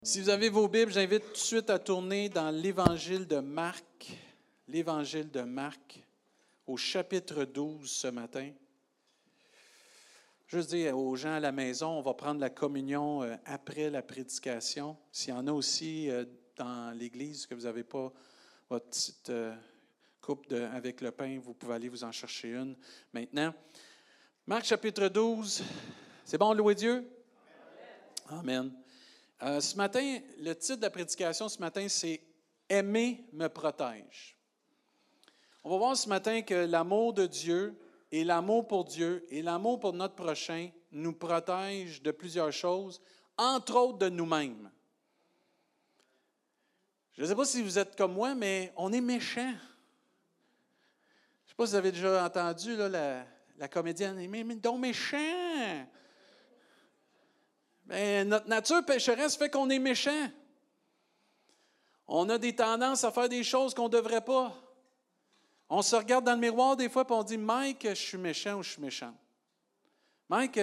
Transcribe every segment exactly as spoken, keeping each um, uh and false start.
Si vous avez vos Bibles, j'invite tout de suite à tourner dans l'Évangile de Marc, l'Évangile de Marc, au chapitre douze ce matin. Juste dire aux gens à la maison, on va prendre la communion après la prédication. S'il y en a aussi dans l'Église que vous n'avez pas votre petite coupe de, avec le pain, vous pouvez aller vous en chercher une maintenant. Marc chapitre douze, c'est bon, louer Dieu? Amen. Amen. Euh, ce matin, le titre de la prédication ce matin, c'est « Aimer me protège ». On va voir ce matin que l'amour de Dieu et l'amour pour Dieu et l'amour pour notre prochain nous protègent de plusieurs choses, entre autres de nous-mêmes. Je ne sais pas si vous êtes comme moi, mais on est méchants. Je ne sais pas si vous avez déjà entendu là, la, la comédienne « Mais, mais donc méchant ». Bien, notre nature pécheresse fait qu'on est méchant. On a des tendances à faire des choses qu'on ne devrait pas. On se regarde dans le miroir des fois et on dit « Mike, je suis méchant ou je suis méchante. Mike,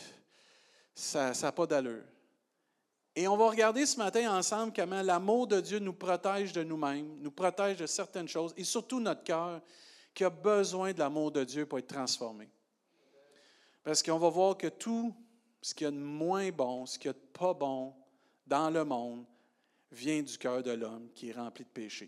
ça n'a pas d'allure. » Et on va regarder ce matin ensemble comment l'amour de Dieu nous protège de nous-mêmes, nous protège de certaines choses et surtout notre cœur qui a besoin de l'amour de Dieu pour être transformé. Parce qu'on va voir que tout ce qu'il y a de moins bon, ce qu'il y a de pas bon dans le monde, vient du cœur de l'homme qui est rempli de péché,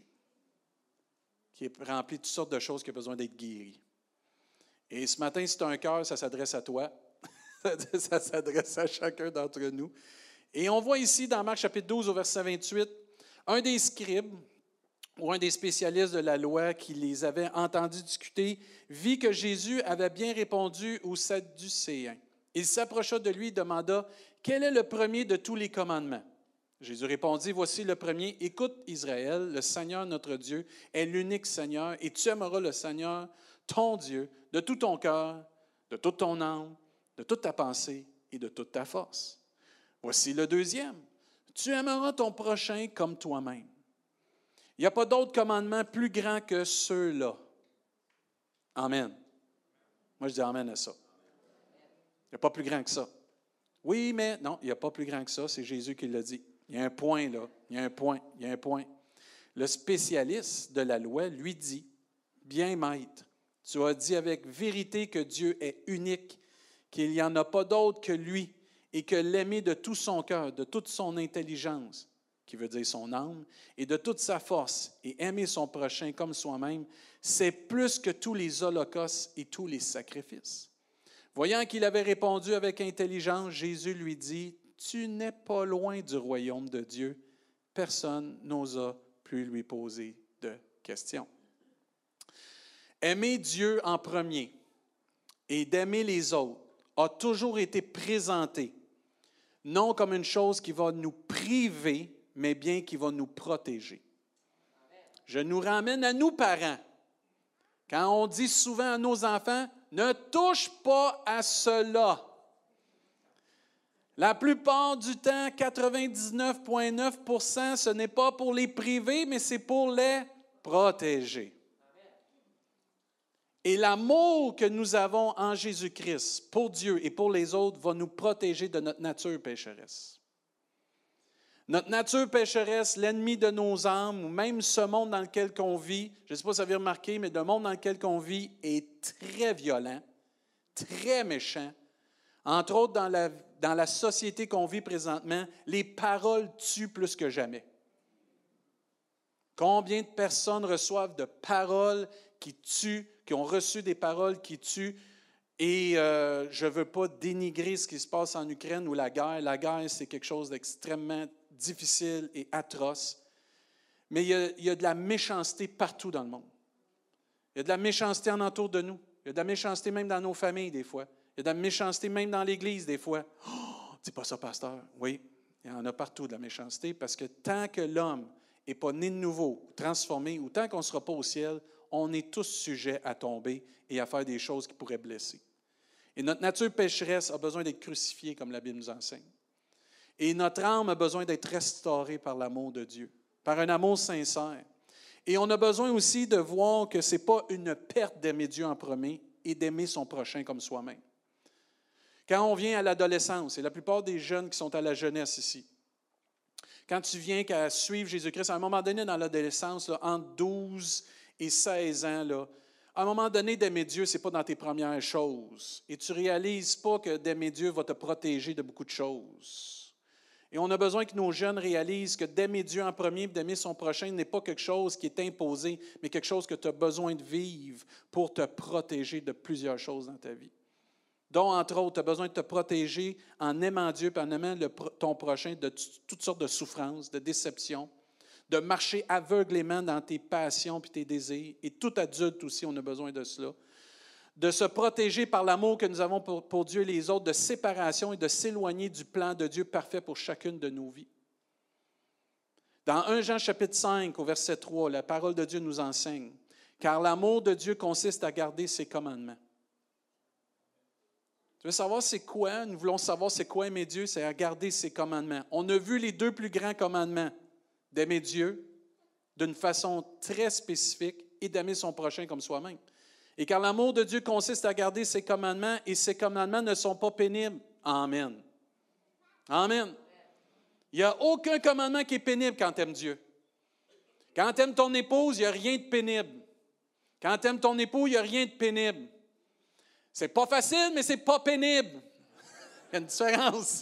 qui est rempli de toutes sortes de choses qui ont besoin d'être guéries. Et ce matin, si tu as un cœur, ça s'adresse à toi, ça s'adresse à chacun d'entre nous. Et on voit ici, dans Marc chapitre douze, au verset vingt-huit, un des scribes, ou un des spécialistes de la loi qui les avait entendus discuter, vit que Jésus avait bien répondu aux Sadducéens. Il s'approcha de lui et demanda « Quel est le premier de tous les commandements ?» Jésus répondit « Voici le premier. Écoute Israël, le Seigneur notre Dieu est l'unique Seigneur et tu aimeras le Seigneur, ton Dieu, de tout ton cœur, de toute ton âme, de toute ta pensée et de toute ta force. Voici le deuxième. Tu aimeras ton prochain comme toi-même. Il n'y a pas d'autre commandement plus grand que ceux-là. » Amen. Moi, je dis Amen à ça. Il n'y a pas plus grand que ça. Oui, mais non, il n'y a pas plus grand que ça. C'est Jésus qui l'a dit. Il y a un point là. Il y a un point. Il y a un point. Le spécialiste de la loi lui dit, « Bien, maître, tu as dit avec vérité que Dieu est unique, qu'il n'y en a pas d'autre que lui, et que l'aimer de tout son cœur, de toute son intelligence, qui veut dire son âme, et de toute sa force, et aimer son prochain comme soi-même, c'est plus que tous les holocaustes et tous les sacrifices. » Voyant qu'il avait répondu avec intelligence, Jésus lui dit, « Tu n'es pas loin du royaume de Dieu. » Personne n'osa plus lui poser de questions. Aimer Dieu en premier et d'aimer les autres a toujours été présenté, non comme une chose qui va nous priver, mais bien qui va nous protéger. Je nous ramène à nous, parents. Quand on dit souvent à nos enfants, « Ne touche pas à cela. » La plupart du temps, quatre-vingt-dix-neuf virgule neuf pour cent, ce n'est pas pour les priver, mais c'est pour les protéger. Et l'amour que nous avons en Jésus-Christ pour Dieu et pour les autres va nous protéger de notre nature pécheresse. Notre nature pécheresse, l'ennemi de nos âmes, ou même ce monde dans lequel on vit, je ne sais pas si vous avez remarqué, mais le monde dans lequel on vit est très violent, très méchant. Entre autres, dans la, dans la société qu'on vit présentement, les paroles tuent plus que jamais. Combien de personnes reçoivent de paroles qui tuent, qui ont reçu des paroles qui tuent? Et euh, je ne veux pas dénigrer ce qui se passe en Ukraine ou la guerre. La guerre, c'est quelque chose d'extrêmement difficile et atroce. Mais il y, a, il y a de la méchanceté partout dans le monde. Il y a de la méchanceté en entour de nous. Il y a de la méchanceté même dans nos familles des fois. Il y a de la méchanceté même dans l'Église des fois. « Oh, dis pas ça, pasteur. » Oui, il y en a partout de la méchanceté parce que tant que l'homme n'est pas né de nouveau, transformé, ou tant qu'on ne sera pas au ciel, on est tous sujets à tomber et à faire des choses qui pourraient blesser. Et notre nature pécheresse a besoin d'être crucifiée, comme la Bible nous enseigne. Et notre âme a besoin d'être restaurée par l'amour de Dieu, par un amour sincère. Et on a besoin aussi de voir que ce n'est pas une perte d'aimer Dieu en premier et d'aimer son prochain comme soi-même. Quand on vient à l'adolescence, et la plupart des jeunes qui sont à la jeunesse ici, Quand tu viens qu'à suivre Jésus-Christ, à un moment donné dans l'adolescence, là, entre douze et seize ans, là, à un moment donné, d'aimer Dieu, ce n'est pas dans tes premières choses. Et tu ne réalises pas que d'aimer Dieu va te protéger de beaucoup de choses. Et on a besoin que nos jeunes réalisent que d'aimer Dieu en premier et d'aimer son prochain n'est pas quelque chose qui est imposé, mais quelque chose que tu as besoin de vivre pour te protéger de plusieurs choses dans ta vie. Dont, entre autres, tu as besoin de te protéger en aimant Dieu et en aimant le, ton prochain de t- toutes sortes de souffrances, de déceptions, de marcher aveuglément dans tes passions et tes désirs. Et tout adulte aussi, on a besoin de cela. De se protéger par l'amour que nous avons pour, pour Dieu et les autres, de séparation et de s'éloigner du plan de Dieu parfait pour chacune de nos vies. Dans premier Jean chapitre cinq, au verset trois, la parole de Dieu nous enseigne « Car l'amour de Dieu consiste à garder ses commandements. » Tu veux savoir c'est quoi? Nous voulons savoir c'est quoi aimer Dieu, c'est à garder ses commandements. On a vu les deux plus grands commandements, d'aimer Dieu d'une façon très spécifique et d'aimer son prochain comme soi-même. Et car l'amour de Dieu consiste à garder ses commandements et ses commandements ne sont pas pénibles. Amen. Amen. Il n'y a aucun commandement qui est pénible quand tu aimes Dieu. Quand tu aimes ton épouse, il n'y a rien de pénible. Quand tu aimes ton époux, il n'y a rien de pénible. C'est pas facile, mais c'est pas pénible. Il y a une différence.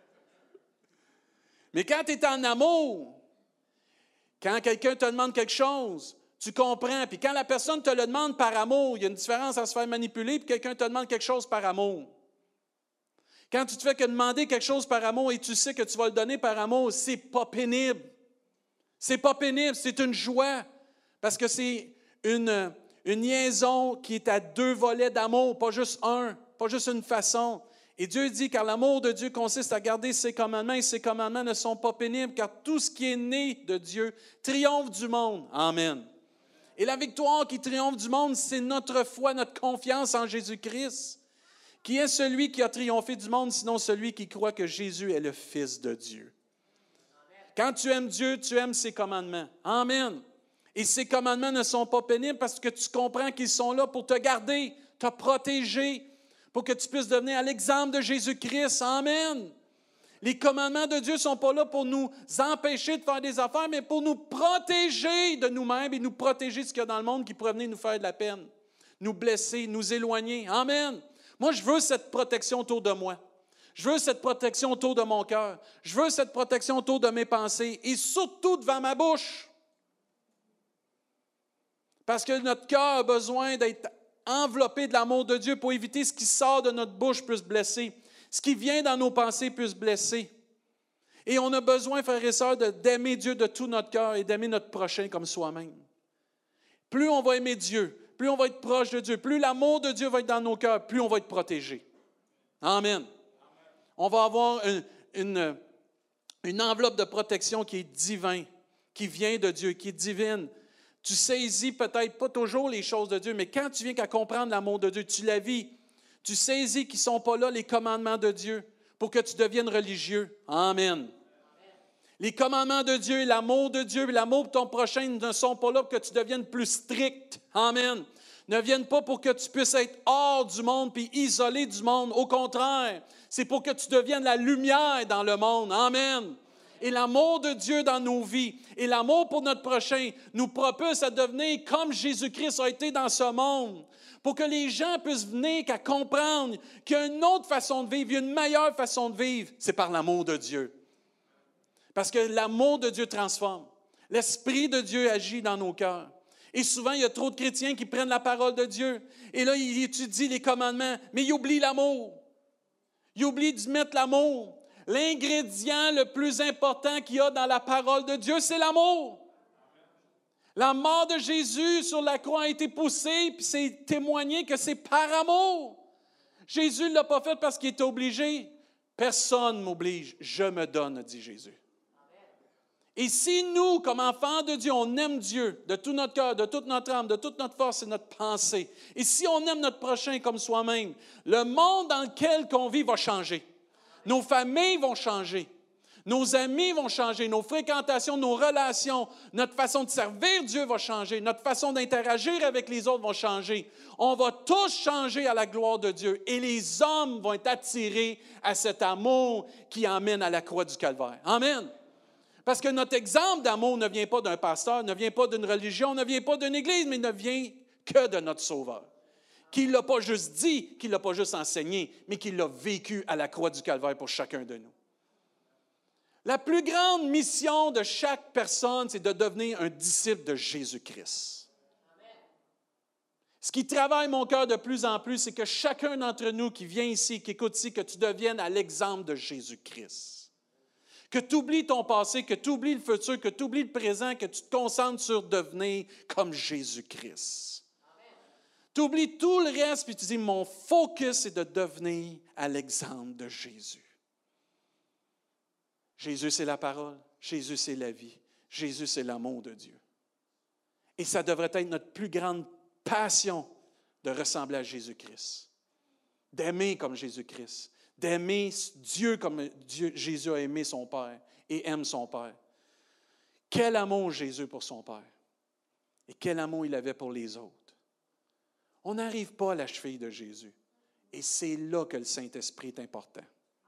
Mais quand tu es en amour, quand quelqu'un te demande quelque chose, tu comprends. Puis quand la personne te le demande par amour, il y a une différence à se faire manipuler, puis quelqu'un te demande quelque chose par amour. Quand tu te fais que demander quelque chose par amour et tu sais que tu vas le donner par amour, c'est pas pénible. C'est pas pénible, c'est une joie. Parce que c'est une, une liaison qui est à deux volets d'amour, pas juste un, pas juste une façon. Et Dieu dit, car l'amour de Dieu consiste à garder ses commandements, et ses commandements ne sont pas pénibles, car tout ce qui est né de Dieu triomphe du monde. Amen. Et la victoire qui triomphe du monde, c'est notre foi, notre confiance en Jésus-Christ. Qui est celui qui a triomphé du monde, sinon celui qui croit que Jésus est le Fils de Dieu. Quand tu aimes Dieu, tu aimes ses commandements. Amen. Et ces commandements ne sont pas pénibles parce que tu comprends qu'ils sont là pour te garder, te protéger, pour que tu puisses devenir à l'exemple de Jésus-Christ. Amen. Les commandements de Dieu ne sont pas là pour nous empêcher de faire des affaires, mais pour nous protéger de nous-mêmes et nous protéger de ce qu'il y a dans le monde qui pourrait venir nous faire de la peine, nous blesser, nous éloigner. Amen. Moi, je veux cette protection autour de moi. Je veux cette protection autour de mon cœur. Je veux cette protection autour de mes pensées et surtout devant ma bouche. Parce que notre cœur a besoin d'être enveloppé de l'amour de Dieu pour éviter ce qui sort de notre bouche puisse blesser, ce qui vient dans nos pensées puisse blesser. Et on a besoin, frères et sœurs, de, d'aimer Dieu de tout notre cœur et d'aimer notre prochain comme soi-même. Plus on va aimer Dieu, plus on va être proche de Dieu, plus l'amour de Dieu va être dans nos cœurs, plus on va être protégé. Amen. Amen. On va avoir une, une, une enveloppe de protection qui est divine, qui vient de Dieu, qui est divine. Tu saisis peut-être pas toujours les choses de Dieu, mais quand tu viens qu'à comprendre l'amour de Dieu, tu la vis. Tu saisis qu'ils ne sont pas là, les commandements de Dieu, pour que tu deviennes religieux. Amen. Les commandements de Dieu, l'amour de Dieu et l'amour pour ton prochain ne sont pas là pour que tu deviennes plus strict. Amen. Ne viennent pas pour que tu puisses être hors du monde puis isolé du monde. Au contraire, c'est pour que tu deviennes la lumière dans le monde. Amen. Et l'amour de Dieu dans nos vies et l'amour pour notre prochain nous propulse à devenir comme Jésus-Christ a été dans ce monde. Pour que les gens puissent venir qu'à comprendre qu'il y a une autre façon de vivre, il y a une meilleure façon de vivre. C'est par l'amour de Dieu. Parce que l'amour de Dieu transforme. L'Esprit de Dieu agit dans nos cœurs. Et souvent, il y a trop de chrétiens qui prennent la parole de Dieu. Et là, ils étudient les commandements, mais ils oublient l'amour. Ils oublient de mettre l'amour. L'ingrédient le plus important qu'il y a dans la parole de Dieu, c'est l'amour. La mort de Jésus sur la croix a été poussée, puis c'est témoigné que c'est par amour. Jésus ne l'a pas fait parce qu'il était obligé. Personne ne m'oblige, je me donne, dit Jésus. Et si nous, comme enfants de Dieu, on aime Dieu de tout notre cœur, de toute notre âme, de toute notre force et notre pensée, et si on aime notre prochain comme soi-même, le monde dans lequel on vit va changer. Nos familles vont changer. Nos amis vont changer. Nos fréquentations, nos relations, notre façon de servir Dieu va changer. Notre façon d'interagir avec les autres va changer. On va tous changer à la gloire de Dieu. Et les hommes vont être attirés à cet amour qui emmène à la croix du Calvaire. Amen. Parce que notre exemple d'amour ne vient pas d'un pasteur, ne vient pas d'une religion, ne vient pas d'une église, mais ne vient que de notre Sauveur. Qui ne l'a pas juste dit, qui ne l'a pas juste enseigné, mais qui l'a vécu à la croix du Calvaire pour chacun de nous. La plus grande mission de chaque personne, c'est de devenir un disciple de Jésus-Christ. Ce qui travaille mon cœur de plus en plus, c'est que chacun d'entre nous qui vient ici, qui écoute ici, que tu deviennes à l'exemple de Jésus-Christ. Que tu oublies ton passé, que tu oublies le futur, que tu oublies le présent, que tu te concentres sur devenir comme Jésus-Christ. Tu oublies tout le reste, puis tu dis, mon focus, c'est de devenir à l'exemple de Jésus. Jésus, c'est la parole. Jésus, c'est la vie. Jésus, c'est l'amour de Dieu. Et ça devrait être notre plus grande passion de ressembler à Jésus-Christ. D'aimer comme Jésus-Christ. D'aimer Dieu comme Dieu, Jésus a aimé son Père et aime son Père. Quel amour Jésus pour son Père. Et quel amour il avait pour les autres. On n'arrive pas à la cheville de Jésus. Et c'est là que le Saint-Esprit est important.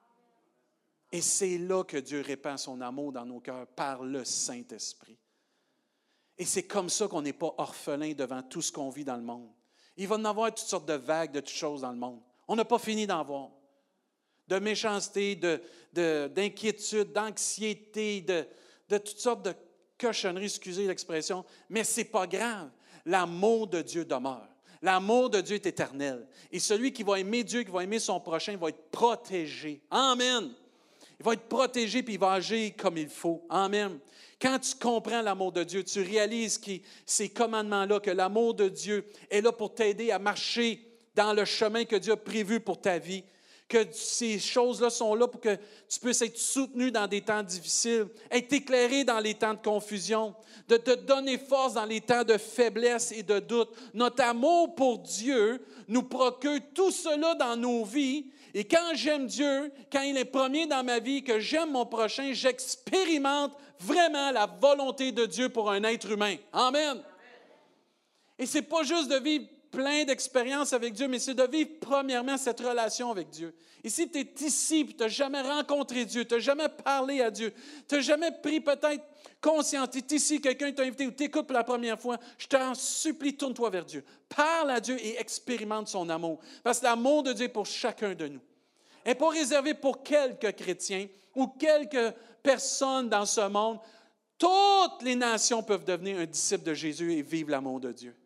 Et c'est là que Dieu répand son amour dans nos cœurs par le Saint-Esprit. Et c'est comme ça qu'on n'est pas orphelin devant tout ce qu'on vit dans le monde. Il va y en avoir toutes sortes de vagues, de toutes choses dans le monde. On n'a pas fini d'en voir. De méchanceté, de, de, d'inquiétude, d'anxiété, de, de toutes sortes de cochonneries, excusez l'expression, mais ce n'est pas grave. L'amour de Dieu demeure. L'amour de Dieu est éternel. Et celui qui va aimer Dieu, qui va aimer son prochain, va être protégé. Amen. Il va être protégé puis il va agir comme il faut. Amen. Quand tu comprends l'amour de Dieu, tu réalises que ces commandements-là, que l'amour de Dieu est là pour t'aider à marcher dans le chemin que Dieu a prévu pour ta vie, que ces choses-là sont là pour que tu puisses être soutenu dans des temps difficiles, être éclairé dans les temps de confusion, de te donner force dans les temps de faiblesse et de doute. Notre amour pour Dieu nous procure tout cela dans nos vies. Et quand j'aime Dieu, quand il est premier dans ma vie, que j'aime mon prochain, j'expérimente vraiment la volonté de Dieu pour un être humain. Amen. Et ce n'est pas juste de vivre plein d'expériences avec Dieu, mais c'est de vivre premièrement cette relation avec Dieu. Et si tu es ici et tu n'as jamais rencontré Dieu, tu n'as jamais parlé à Dieu, tu n'as jamais pris peut-être conscience, tu es ici, quelqu'un t'a invité ou t'écoute pour la première fois, je t'en supplie, tourne-toi vers Dieu. Parle à Dieu et expérimente son amour. Parce que l'amour de Dieu est pour chacun de nous. Elle n'est pas réservée pour quelques chrétiens ou quelques personnes dans ce monde. Toutes les nations peuvent devenir un disciple de Jésus et vivre l'amour de Dieu.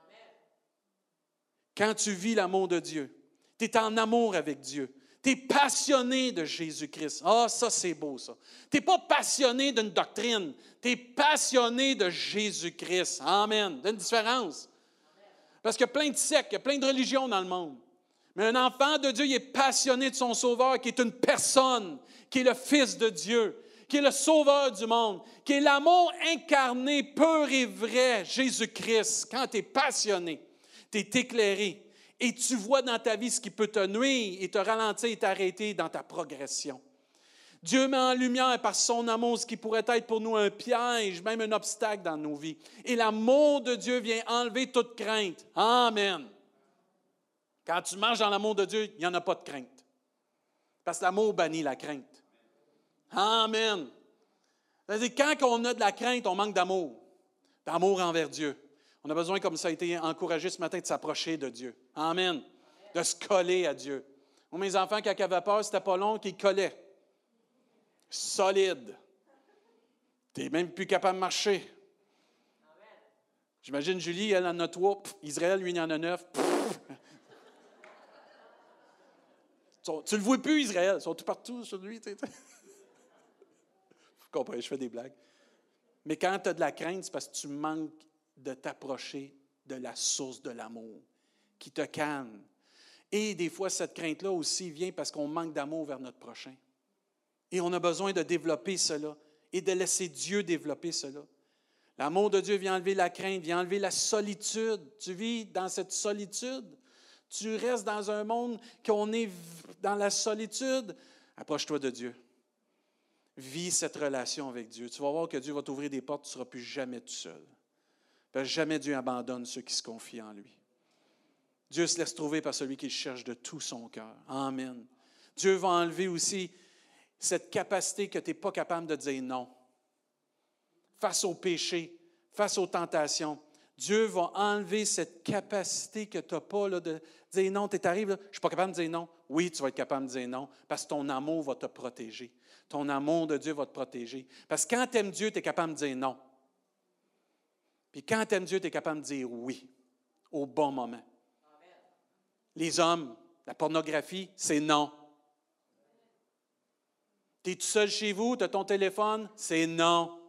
Quand tu vis l'amour de Dieu, tu es en amour avec Dieu. Tu es passionné de Jésus-Christ. Ah, ça, c'est beau, ça. Tu n'es pas passionné d'une doctrine. Tu es passionné de Jésus-Christ. Amen. Il y a une différence. Parce qu'il y a plein de sectes, il y a plein de religions dans le monde. Mais un enfant de Dieu, il est passionné de son Sauveur, qui est une personne, qui est le Fils de Dieu, qui est le Sauveur du monde, qui est l'amour incarné, pur et vrai, Jésus-Christ. Quand tu es passionné, tu es éclairé et tu vois dans ta vie ce qui peut te nuire et te ralentir et t'arrêter dans ta progression. Dieu met en lumière par son amour ce qui pourrait être pour nous un piège, même un obstacle dans nos vies. Et l'amour de Dieu vient enlever toute crainte. Amen. Quand tu marches dans l'amour de Dieu, il n'y en a pas de crainte. Parce que l'amour bannit la crainte. Amen. C'est-à-dire, quand on a de la crainte, on manque d'amour. D'amour envers Dieu. On a besoin, comme ça a été encouragé ce matin, de s'approcher de Dieu. Amen. De se coller à Dieu. Moi, mes enfants, quand ils avaient peur, c'était pas long qu'ils collaient. Solide. Tu n'es même plus capable de marcher. J'imagine Julie, elle en a trois. Pff, Israël, lui, il en a neuf. Pff. Tu ne le vois plus, Israël. Ils sont tout partout sur lui. Tu sais. Vous comprenez, je fais des blagues. Mais quand tu as de la crainte, c'est parce que tu manques de t'approcher de la source de l'amour qui te calme. Et des fois, cette crainte-là aussi vient parce qu'on manque d'amour vers notre prochain. Et on a besoin de développer cela et de laisser Dieu développer cela. L'amour de Dieu vient enlever la crainte, vient enlever la solitude. Tu vis dans cette solitude. Tu restes dans un monde qu'on est dans la solitude. Approche-toi de Dieu. Vis cette relation avec Dieu. Tu vas voir que Dieu va t'ouvrir des portes, tu ne seras plus jamais tout seul. Parce que jamais Dieu abandonne ceux qui se confient en lui. Dieu se laisse trouver par celui qui le cherche de tout son cœur. Amen. Dieu va enlever aussi cette capacité que tu n'es pas capable de dire non. face au péché, face aux tentations. Dieu va enlever cette capacité que tu n'as pas là, de dire non, tu arrives, là, je ne suis pas capable de dire non. Oui, tu vas être capable de dire non parce que ton amour va te protéger. Ton amour de Dieu va te protéger. Parce que quand tu aimes Dieu, tu es capable de dire non. Puis quand tu aimes Dieu, tu es capable de dire oui au bon moment. Amen. Les hommes, la pornographie, c'est non. Tu es tout seul chez vous, tu as ton téléphone, c'est non.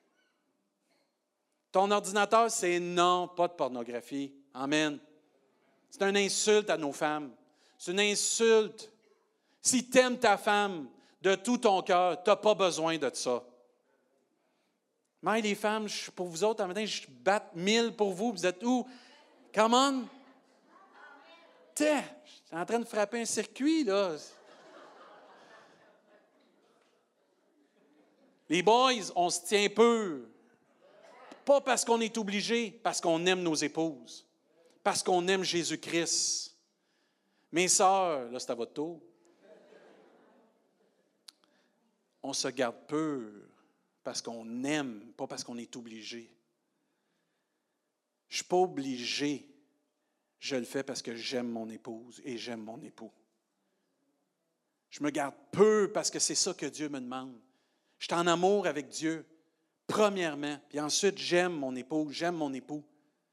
Ton ordinateur, c'est non, pas de pornographie. Amen. C'est une insulte à nos femmes. C'est une insulte. Si tu aimes ta femme de tout ton cœur, tu n'as pas besoin de ça. Mais les femmes, je, pour vous autres, un matin, je batte mille pour vous. Vous êtes où? Come on! T'es, je suis en train de frapper un circuit, là. Les boys, on se tient peu. Pas parce qu'on est obligé, parce qu'on aime nos épouses, parce qu'on aime Jésus-Christ. Mes sœurs, là, c'est à votre tour. On se garde pur parce qu'on aime, pas parce qu'on est obligé. Je ne suis pas obligé. Je le fais parce que j'aime mon épouse et j'aime mon époux. Je me garde peu parce que c'est ça que Dieu me demande. Je suis en amour avec Dieu. Premièrement, puis ensuite, j'aime mon épouse, j'aime mon époux.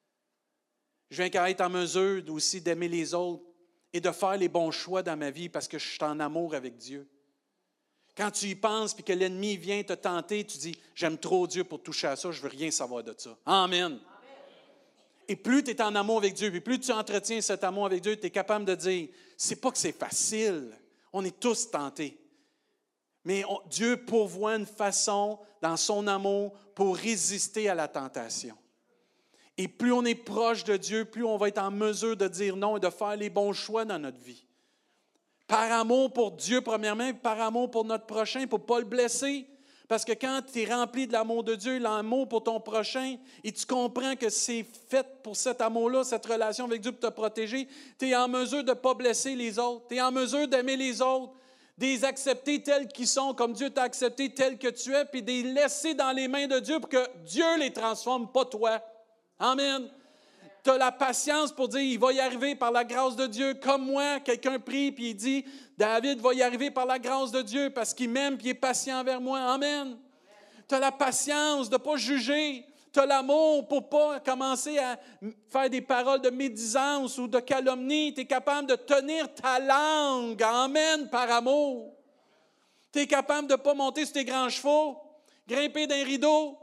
Je viens qu'à être en mesure aussi d'aimer les autres et de faire les bons choix dans ma vie parce que je suis en amour avec Dieu. Quand tu y penses puis que l'ennemi vient te tenter, tu dis, j'aime trop Dieu pour toucher à ça, je ne veux rien savoir de ça. Amen. Amen. Et plus tu es en amour avec Dieu, puis plus tu entretiens cet amour avec Dieu, tu es capable de dire, c'est pas que c'est facile, on est tous tentés. Mais on, Dieu pourvoit une façon, dans son amour, pour résister à la tentation. Et plus on est proche de Dieu, plus on va être en mesure de dire non et de faire les bons choix dans notre vie. Par amour pour Dieu, premièrement, et par amour pour notre prochain, pour ne pas le blesser. Parce que quand tu es rempli de l'amour de Dieu, l'amour pour ton prochain, et tu comprends que c'est fait pour cet amour-là, cette relation avec Dieu pour te protéger, tu es en mesure de ne pas blesser les autres. Tu es en mesure d'aimer les autres, de les accepter tels qu'ils sont, comme Dieu t'a accepté tel que tu es, puis de les laisser dans les mains de Dieu pour que Dieu les transforme, pas toi. Amen. Tu as la patience pour dire, il va y arriver par la grâce de Dieu. Comme moi, quelqu'un prie puis il dit, David va y arriver par la grâce de Dieu parce qu'il m'aime et il est patient envers moi. Amen. Tu as la patience de ne pas juger. Tu as l'amour pour ne pas commencer à faire des paroles de médisance ou de calomnie. Tu es capable de tenir ta langue. Amen, par amour. Tu es capable de ne pas monter sur tes grands chevaux, grimper d'un rideau.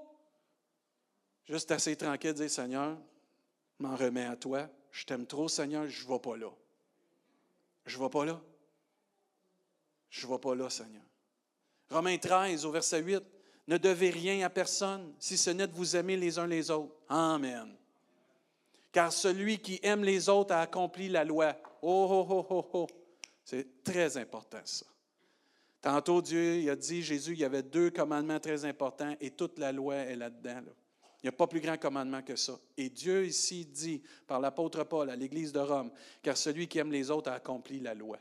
Juste assez tranquille de dire, Seigneur, je m'en remets à toi. Je t'aime trop, Seigneur, je ne vais pas là. Je ne vais pas là. Je ne vais pas là, Seigneur. Romains treize, au verset huit. Ne devez rien à personne, si ce n'est de vous aimer les uns les autres. Amen. Car celui qui aime les autres a accompli la loi. Oh, oh, oh, oh, oh. C'est très important, ça. Tantôt, Dieu il a dit, Jésus, il y avait deux commandements très importants et toute la loi est là-dedans, là. Il n'y a pas plus grand commandement que ça. Et Dieu ici dit, par l'apôtre Paul à l'Église de Rome, car celui qui aime les autres a accompli la loi.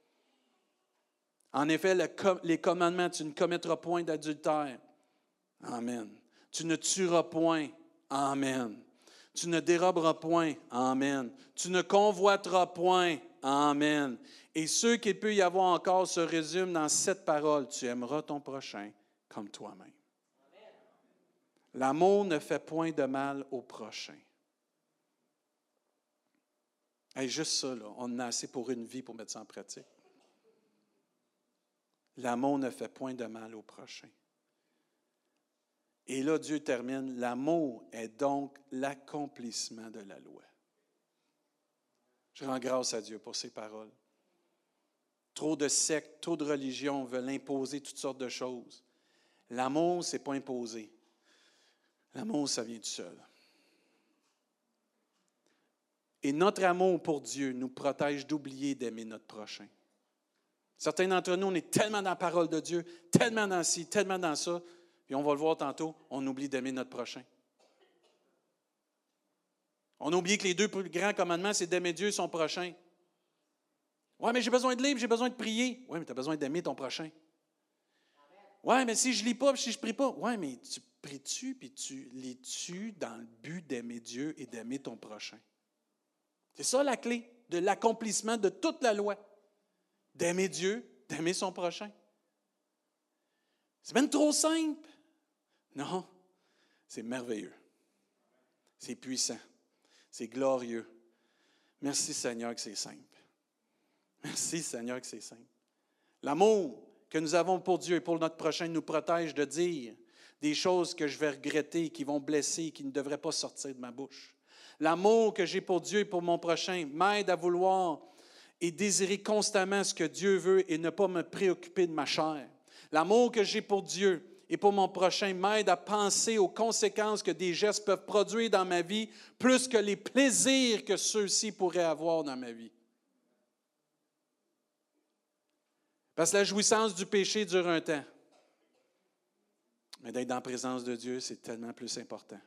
En effet, le, les commandements, tu ne commettras point d'adultère. Amen. Tu ne tueras point. Amen. Tu ne déroberas point. Amen. Tu ne convoiteras point. Amen. Et ceux qu'il peut y avoir encore se résument dans cette parole. Tu aimeras ton prochain comme toi-même. L'amour ne fait point de mal au prochain. Hey, juste ça, là, on en a assez pour une vie pour mettre ça en pratique. L'amour ne fait point de mal au prochain. Et là, Dieu termine, l'amour est donc l'accomplissement de la loi. Je rends grâce à Dieu pour ces paroles. Trop de sectes, trop de religions veulent imposer toutes sortes de choses. L'amour, ce n'est pas imposé. L'amour, ça vient tout seul. Et notre amour pour Dieu nous protège d'oublier d'aimer notre prochain. Certains d'entre nous, on est tellement dans la parole de Dieu, tellement dans ci, tellement dans ça, puis on va le voir tantôt, on oublie d'aimer notre prochain. On a oublié que les deux plus grands commandements, c'est d'aimer Dieu et son prochain. Oui, mais j'ai besoin de lire, j'ai besoin de prier. Oui, mais tu as besoin d'aimer ton prochain. Oui, mais si je ne lis pas, si je ne prie pas. Oui, mais tu pries-tu puis tu les tues dans le but d'aimer Dieu et d'aimer ton prochain? C'est ça la clé de l'accomplissement de toute la loi. D'aimer Dieu, d'aimer son prochain. C'est même trop simple. Non, c'est merveilleux. C'est puissant. C'est glorieux. Merci Seigneur que c'est simple. Merci Seigneur que c'est simple. L'amour que nous avons pour Dieu et pour notre prochain nous protège de dire des choses que je vais regretter, qui vont blesser, qui ne devraient pas sortir de ma bouche. L'amour que j'ai pour Dieu et pour mon prochain m'aide à vouloir et désirer constamment ce que Dieu veut et ne pas me préoccuper de ma chair. L'amour que j'ai pour Dieu et pour mon prochain m'aide à penser aux conséquences que des gestes peuvent produire dans ma vie, plus que les plaisirs que ceux-ci pourraient avoir dans ma vie. Parce que la jouissance du péché dure un temps. Mais d'être dans la présence de Dieu, c'est tellement plus important.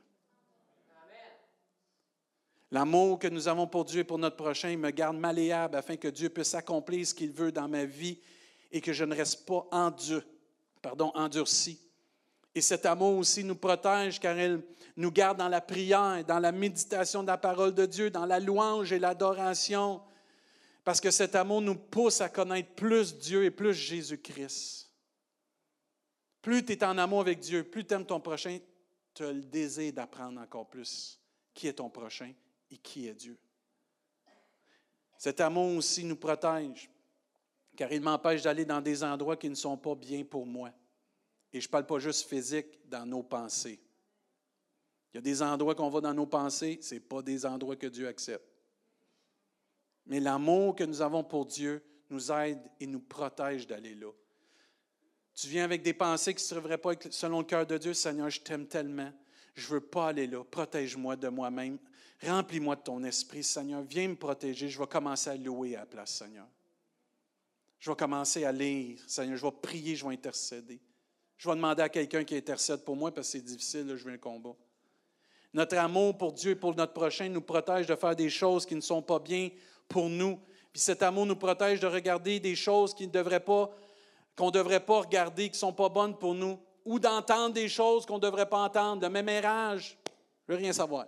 L'amour que nous avons pour Dieu et pour notre prochain me garde malléable afin que Dieu puisse accomplir ce qu'il veut dans ma vie et que je ne reste pas endur, pardon, endurci. Et cet amour aussi nous protège car il nous garde dans la prière, dans la méditation de la parole de Dieu, dans la louange et l'adoration, parce que cet amour nous pousse à connaître plus Dieu et plus Jésus-Christ. Plus tu es en amour avec Dieu, plus tu aimes ton prochain, tu as le désir d'apprendre encore plus qui est ton prochain et qui est Dieu. Cet amour aussi nous protège, car il m'empêche d'aller dans des endroits qui ne sont pas bien pour moi. Et je ne parle pas juste physique, dans nos pensées. Il y a des endroits qu'on va dans nos pensées, ce n'est pas des endroits que Dieu accepte. Mais l'amour que nous avons pour Dieu nous aide et nous protège d'aller là. Tu viens avec des pensées qui ne seraient pas selon le cœur de Dieu. Seigneur, je t'aime tellement. Je ne veux pas aller là. Protège-moi de moi-même. Remplis-moi de ton esprit, Seigneur. Viens me protéger. Je vais commencer à louer à la place, Seigneur. Je vais commencer à lire, Seigneur. Je vais prier, je vais intercéder. Je vais demander à quelqu'un qui intercède pour moi parce que c'est difficile, là, je veux un combat. Notre amour pour Dieu et pour notre prochain nous protège de faire des choses qui ne sont pas bien pour nous. Puis cet amour nous protège de regarder des choses qui ne devraient pas, qu'on ne devrait pas regarder, qui ne sont pas bonnes pour nous, ou d'entendre des choses qu'on ne devrait pas entendre. Le mémérage, je ne veux rien savoir.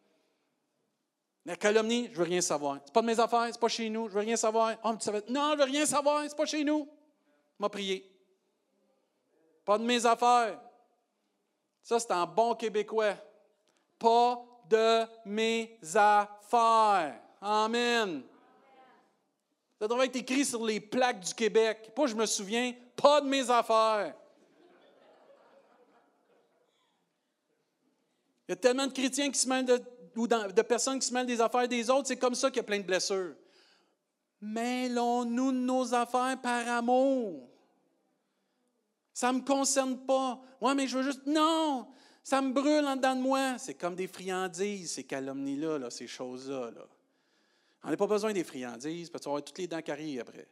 La calomnie, je ne veux rien savoir. Ce n'est pas de mes affaires, ce n'est pas chez nous, je ne veux rien savoir. Oh, tu savais, non, je ne veux rien savoir, ce n'est pas chez nous. Il m'a prié. Pas de mes affaires. Ça, c'est en bon québécois. Pas de mes affaires. Amen. Ça devrait être écrit sur les plaques du Québec. Pas, je me souviens, pas de mes affaires. Il y a tellement de chrétiens qui se mêlent de, ou de personnes qui se mêlent des affaires des autres. C'est comme ça qu'il y a plein de blessures. Mêlons-nous de nos affaires par amour. Ça ne me concerne pas. Ouais, mais je veux juste... Non! Ça me brûle en dedans de moi. C'est comme des friandises, ces calomnies-là, là, ces choses-là. Là. On n'a pas besoin des friandises, parce que tu vas avoir toutes les dents carrées après.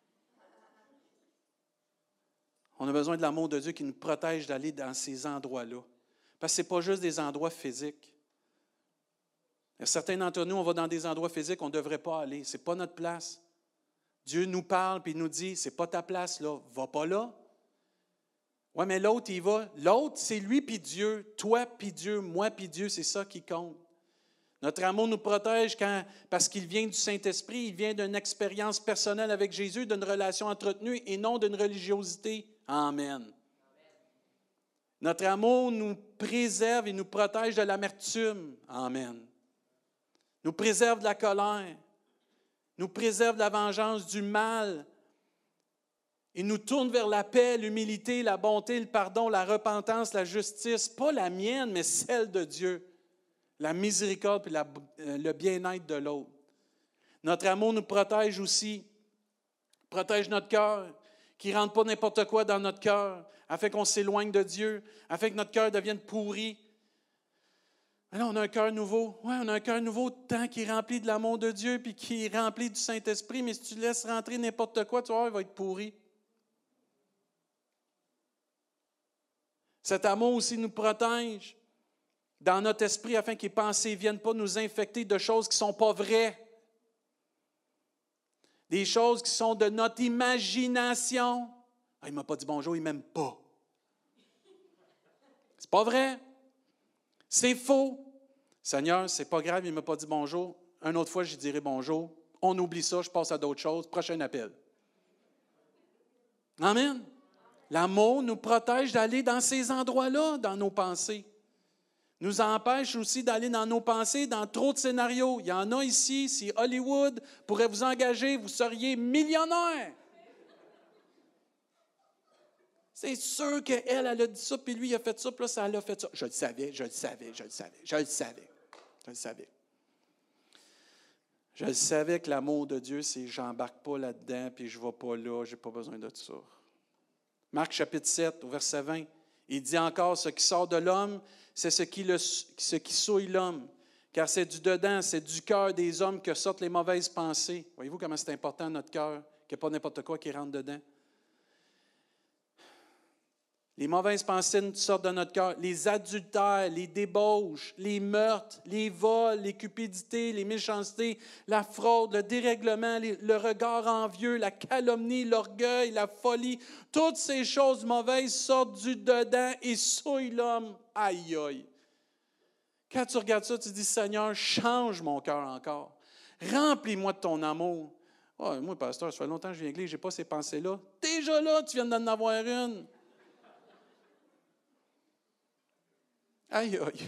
On a besoin de l'amour de Dieu qui nous protège d'aller dans ces endroits-là. Parce que ce n'est pas juste des endroits physiques. Il y a certains d'entre nous, on va dans des endroits physiques, on ne devrait pas aller. Ce n'est pas notre place. Dieu nous parle et il nous dit, ce n'est pas ta place là, va pas là. Oui, mais l'autre, il va. L'autre, c'est lui puis Dieu. Toi puis Dieu, moi puis Dieu, c'est ça qui compte. Notre amour nous protège quand, parce qu'il vient du Saint-Esprit, il vient d'une expérience personnelle avec Jésus, d'une relation entretenue et non d'une religiosité. Amen. Notre amour nous préserve et nous protège de l'amertume. Amen. Nous préserve de la colère. Nous préserve de la vengeance, du mal. Il nous tourne vers la paix, l'humilité, la bonté, le pardon, la repentance, la justice. Pas la mienne, mais celle de Dieu. La miséricorde et la, le bien-être de l'autre. Notre amour nous protège aussi. Protège notre cœur. Qu'il ne rentre pas n'importe quoi dans notre cœur, afin qu'on s'éloigne de Dieu, afin que notre cœur devienne pourri. Mais là, on a un cœur nouveau. Oui, on a un cœur nouveau tant qu'il est rempli de l'amour de Dieu puis qui est rempli du Saint-Esprit. Mais si tu laisses rentrer n'importe quoi, tu vas voir, il va être pourri. Cet amour aussi nous protège dans notre esprit afin que les pensées ne viennent pas nous infecter de choses qui ne sont pas vraies. Des choses qui sont de notre imagination. Ah, il ne m'a pas dit bonjour, il ne m'aime pas. C'est pas vrai. C'est faux. Seigneur, c'est pas grave, il ne m'a pas dit bonjour. Une autre fois, je dirai bonjour. On oublie ça, je passe à d'autres choses. Prochain appel. Amen. L'amour nous protège d'aller dans ces endroits-là, dans nos pensées. Nous empêche aussi d'aller dans nos pensées, dans trop de scénarios. Il y en a ici, si Hollywood pourrait vous engager, vous seriez millionnaire. C'est sûr qu'elle, elle a dit ça, puis lui, il a fait ça, puis là, ça l'a fait ça. Je le savais, je le savais, je le savais, je le savais, je le savais. Je le savais que l'amour de Dieu, c'est j'embarque pas là-dedans, puis je ne vais pas là, je n'ai pas besoin de ça. Marc chapitre sept, au verset vingt, il dit encore, ce qui sort de l'homme, c'est ce qui, le, ce qui souille l'homme, car c'est du dedans, c'est du cœur des hommes que sortent les mauvaises pensées. Voyez-vous comment c'est important notre cœur, qu'il n'y ait pas n'importe quoi qui rentre dedans. Les mauvaises pensées sortent de notre cœur, les adultères, les débauches, les meurtres, les vols, les cupidités, les méchancetés, la fraude, le dérèglement, les, le regard envieux, la calomnie, l'orgueil, la folie. Toutes ces choses mauvaises sortent du dedans et souillent l'homme. Aïe, aïe. Quand tu regardes ça, tu dis, Seigneur, change mon cœur encore. Remplis-moi de ton amour. Oh, moi, pasteur, ça fait longtemps que je viens à l'église, je n'ai pas ces pensées-là. Déjà là, tu viens d'en avoir une. Aïe, aïe.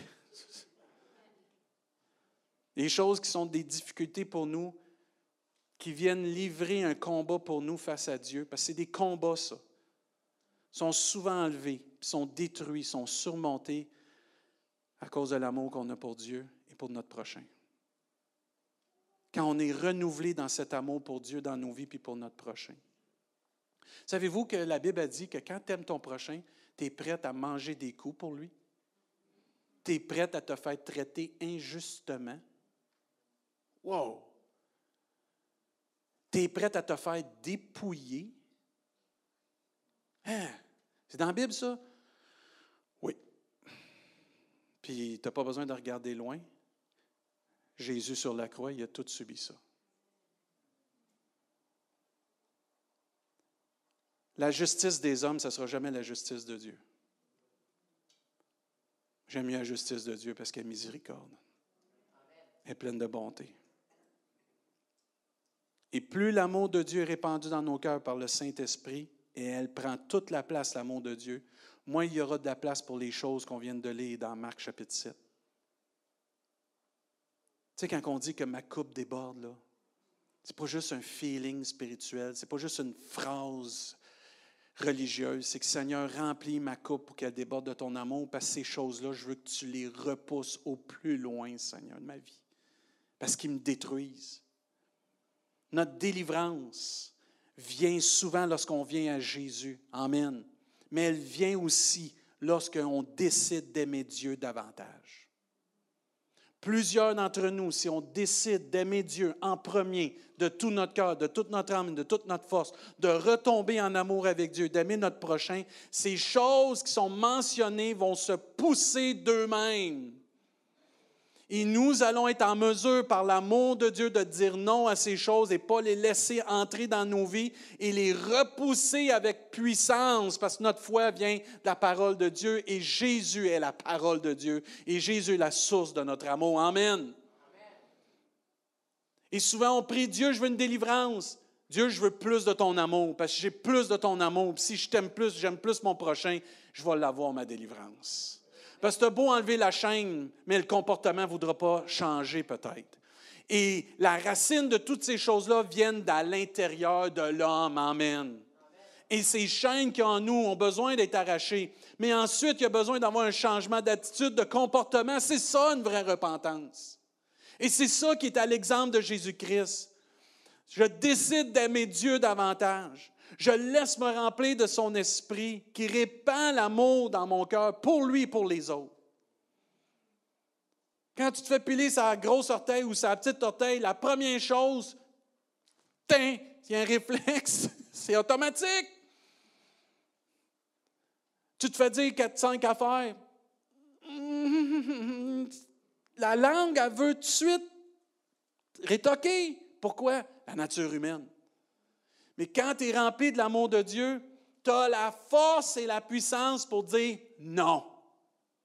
Des choses qui sont des difficultés pour nous, qui viennent livrer un combat pour nous face à Dieu, parce que c'est des combats, ça. Ils sont souvent enlevés, sont détruits, sont surmontés à cause de l'amour qu'on a pour Dieu et pour notre prochain. Quand on est renouvelé dans cet amour pour Dieu, dans nos vies, puis pour notre prochain. Savez-vous que la Bible a dit que quand tu aimes ton prochain, tu es prête à manger des coups pour lui? Tu es prête à te faire traiter injustement? Wow! Tu es prête à te faire dépouiller? Hein? C'est dans la Bible, ça? Oui. Puis, tu n'as pas besoin de regarder loin. Jésus sur la croix, il a tout subi ça. La justice des hommes, ça ne sera jamais la justice de Dieu. J'aime mieux la justice de Dieu parce qu'elle est miséricorde. Elle est pleine de bonté. Et plus l'amour de Dieu est répandu dans nos cœurs par le Saint-Esprit, et elle prend toute la place, l'amour de Dieu, moins il y aura de la place pour les choses qu'on vient de lire dans Marc chapitre sept. Tu sais, quand on dit que ma coupe déborde, là, c'est pas juste un feeling spirituel, c'est pas juste une phrase religieuse, c'est que Seigneur, remplis ma coupe pour qu'elle déborde de ton amour, parce que ces choses-là, je veux que tu les repousses au plus loin, Seigneur, de ma vie, parce qu'ils me détruisent. Notre délivrance vient souvent lorsqu'on vient à Jésus, amen, mais elle vient aussi lorsqu'on décide d'aimer Dieu davantage. Plusieurs d'entre nous, si on décide d'aimer Dieu en premier, de tout notre cœur, de toute notre âme, de toute notre force, de retomber en amour avec Dieu, d'aimer notre prochain, ces choses qui sont mentionnées vont se pousser d'eux-mêmes. Et nous allons être en mesure, par l'amour de Dieu, de dire non à ces choses et pas les laisser entrer dans nos vies et les repousser avec puissance, parce que notre foi vient de la parole de Dieu et Jésus est la parole de Dieu et Jésus est la source de notre amour. Amen. Amen. Et souvent on prie, Dieu, je veux une délivrance. Dieu, je veux plus de ton amour, parce que j'ai plus de ton amour. Puis si je t'aime plus, j'aime plus mon prochain, je vais l'avoir, ma délivrance. Parce que tu as beau enlever la chaîne, mais le comportement ne voudra pas changer peut-être. Et la racine de toutes ces choses-là viennent de l'intérieur de l'homme. Amen. Et ces chaînes qu'il y a en nous ont besoin d'être arrachées. Mais ensuite, il y a besoin d'avoir un changement d'attitude, de comportement. C'est ça une vraie repentance. Et c'est ça qui est à l'exemple de Jésus-Christ. Je décide d'aimer Dieu davantage. Je laisse me remplir de son esprit qui répand l'amour dans mon cœur pour lui et pour les autres. Quand tu te fais piler sa grosse orteil ou sa petite orteil, la première chose, tin, il y a un réflexe, c'est automatique. Tu te fais dire quatre cinq affaires. La langue, elle veut tout de suite rétoquer. Pourquoi? La nature humaine. Mais quand tu es rempli de l'amour de Dieu, tu as la force et la puissance pour dire non.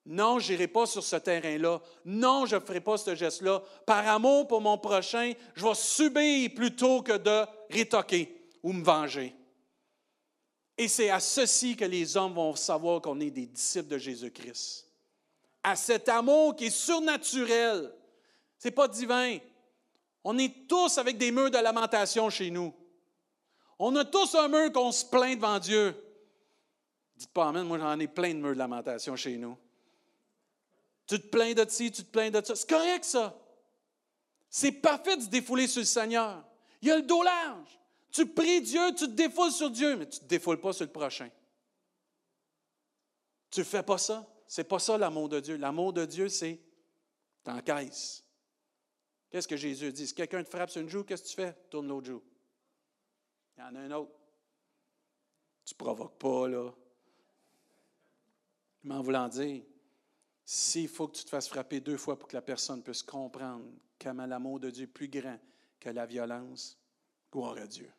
Non, je n'irai pas sur ce terrain-là. Non, je ne ferai pas ce geste-là. Par amour pour mon prochain, je vais subir plutôt que de rétoquer ou me venger. Et c'est à ceci que les hommes vont savoir qu'on est des disciples de Jésus-Christ. À cet amour qui est surnaturel. Ce n'est pas divin. On est tous avec des murs de lamentation chez nous. On a tous un mur qu'on se plaint devant Dieu. Dites pas amen, moi j'en ai plein de murs de lamentation chez nous. Tu te plains de ci, tu te plains de ça. C'est correct ça. C'est parfait de se défouler sur le Seigneur. Il y a le dos large. Tu pries Dieu, tu te défoules sur Dieu, mais tu ne te défoules pas sur le prochain. Tu ne fais pas ça. Ce n'est pas ça l'amour de Dieu. L'amour de Dieu, c'est t'encaisses. Qu'est-ce que Jésus dit? Si quelqu'un te frappe sur une joue, qu'est-ce que tu fais? Tourne l'autre joue. Il y en a un autre. Tu ne provoques pas, là. Mais en voulant dire, s'il faut que tu te fasses frapper deux fois pour que la personne puisse comprendre comment l'amour de Dieu est plus grand que la violence, gloire à Dieu.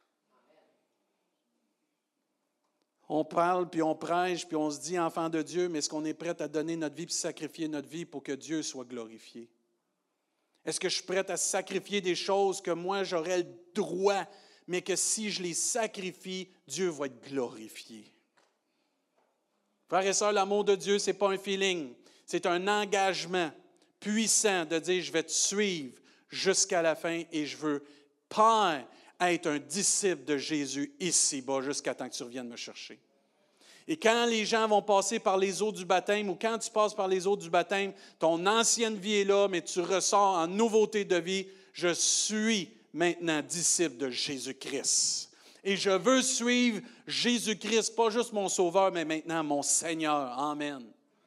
On parle, puis on prêche, puis on se dit enfant de Dieu, mais est-ce qu'on est prêt à donner notre vie, puis sacrifier notre vie pour que Dieu soit glorifié? Est-ce que je suis prêt à sacrifier des choses que moi j'aurais le droit, mais que si je les sacrifie, Dieu va être glorifié? Frères et sœurs, l'amour de Dieu, ce n'est pas un feeling, c'est un engagement puissant de dire je vais te suivre jusqu'à la fin et je veux pas être un disciple de Jésus ici-bas jusqu'à temps que tu reviennes me chercher. Et quand les gens vont passer par les eaux du baptême ou quand tu passes par les eaux du baptême, ton ancienne vie est là, mais tu ressors en nouveauté de vie. Je suis maintenant disciple de Jésus-Christ. Et je veux suivre Jésus-Christ, pas juste mon Sauveur, mais maintenant mon Seigneur. Amen.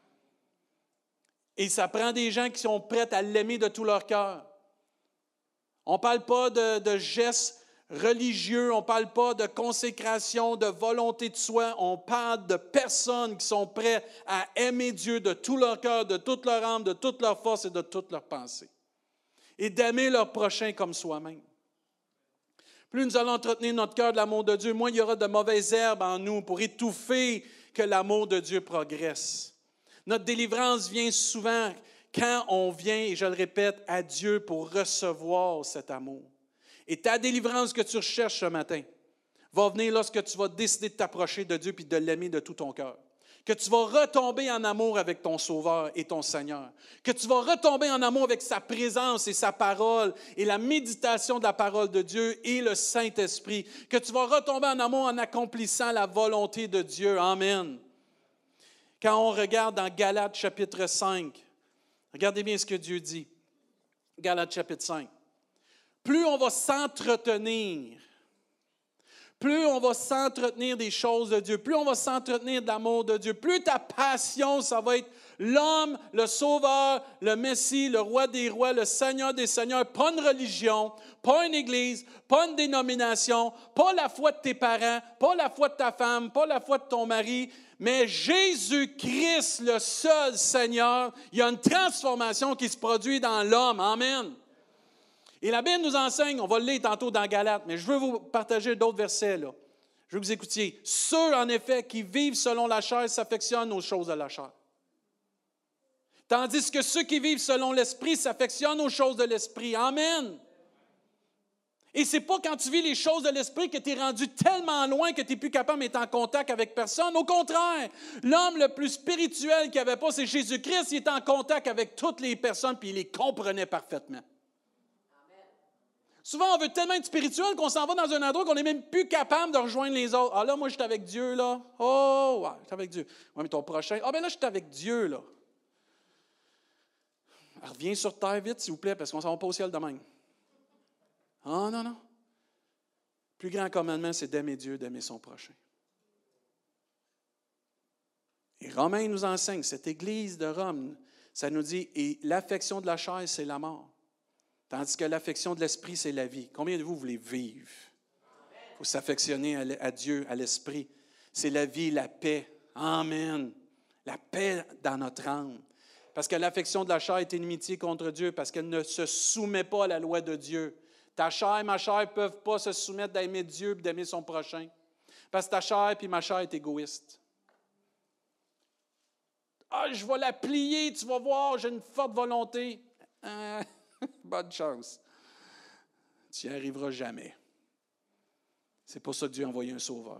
Et ça prend des gens qui sont prêts à l'aimer de tout leur cœur. On ne parle pas de, de gestes religieux, on ne parle pas de consécration, de volonté de soi, on parle de personnes qui sont prêtes à aimer Dieu de tout leur cœur, de toute leur âme, de toute leur force et de toute leur pensée. Et d'aimer leur prochain comme soi-même. Plus nous allons entretenir notre cœur de l'amour de Dieu, moins il y aura de mauvaises herbes en nous pour étouffer que l'amour de Dieu progresse. Notre délivrance vient souvent quand on vient, et je le répète, à Dieu pour recevoir cet amour. Et ta délivrance que tu recherches ce matin va venir lorsque tu vas décider de t'approcher de Dieu et de l'aimer de tout ton cœur. Que tu vas retomber en amour avec ton Sauveur et ton Seigneur. Que tu vas retomber en amour avec sa présence et sa parole et la méditation de la parole de Dieu et le Saint-Esprit. Que tu vas retomber en amour en accomplissant la volonté de Dieu. Amen. Quand on regarde dans Galates chapitre cinq, regardez bien ce que Dieu dit. Galates chapitre cinq. Plus on va s'entretenir, plus on va s'entretenir des choses de Dieu, plus on va s'entretenir de l'amour de Dieu, plus ta passion, ça va être l'homme, le Sauveur, le Messie, le Roi des rois, le Seigneur des seigneurs, pas une religion, pas une église, pas une dénomination, pas la foi de tes parents, pas la foi de ta femme, pas la foi de ton mari, mais Jésus-Christ, le seul Seigneur. Il y a une transformation qui se produit dans l'homme. Amen. Et la Bible nous enseigne, on va le lire tantôt dans Galates, mais je veux vous partager d'autres versets là. Je veux que vous écoutiez. Ceux, en effet, qui vivent selon la chair s'affectionnent aux choses de la chair. Tandis que ceux qui vivent selon l'Esprit s'affectionnent aux choses de l'Esprit. Amen. Et ce n'est pas quand tu vis les choses de l'Esprit que tu es rendu tellement loin que tu n'es plus capable d'être en contact avec personne. Au contraire, l'homme le plus spirituel qu'il n'y avait pas, c'est Jésus-Christ. Il était en contact avec toutes les personnes puis il les comprenait parfaitement. Souvent, on veut tellement être spirituel qu'on s'en va dans un endroit qu'on n'est même plus capable de rejoindre les autres. Ah là, moi, je suis avec Dieu, là. Oh, ouais, je suis avec Dieu. Oui, mais ton prochain. Ah, bien là, je suis avec Dieu, là. Alors, reviens sur terre vite, s'il vous plaît, parce qu'on ne s'en va pas au ciel de même. Ah, non, non. Le plus grand commandement, c'est d'aimer Dieu, d'aimer son prochain. Et Romains nous enseigne, cette église de Rome, ça nous dit, et l'affection de la chair, c'est la mort. Tandis que l'affection de l'esprit, c'est la vie. Combien de vous voulez vivre? Il faut s'affectionner à Dieu, à l'esprit. C'est la vie, la paix. Amen. La paix dans notre âme. Parce que l'affection de la chair est inimitié contre Dieu, parce qu'elle ne se soumet pas à la loi de Dieu. Ta chair et ma chair ne peuvent pas se soumettre à aimer Dieu et d'aimer son prochain. Parce que ta chair et ma chair est égoïste. Ah, je vais la plier, tu vas voir, j'ai une forte volonté. Euh, bonne chance. Tu n'y arriveras jamais. C'est pour ça que Dieu a envoyé un sauveur.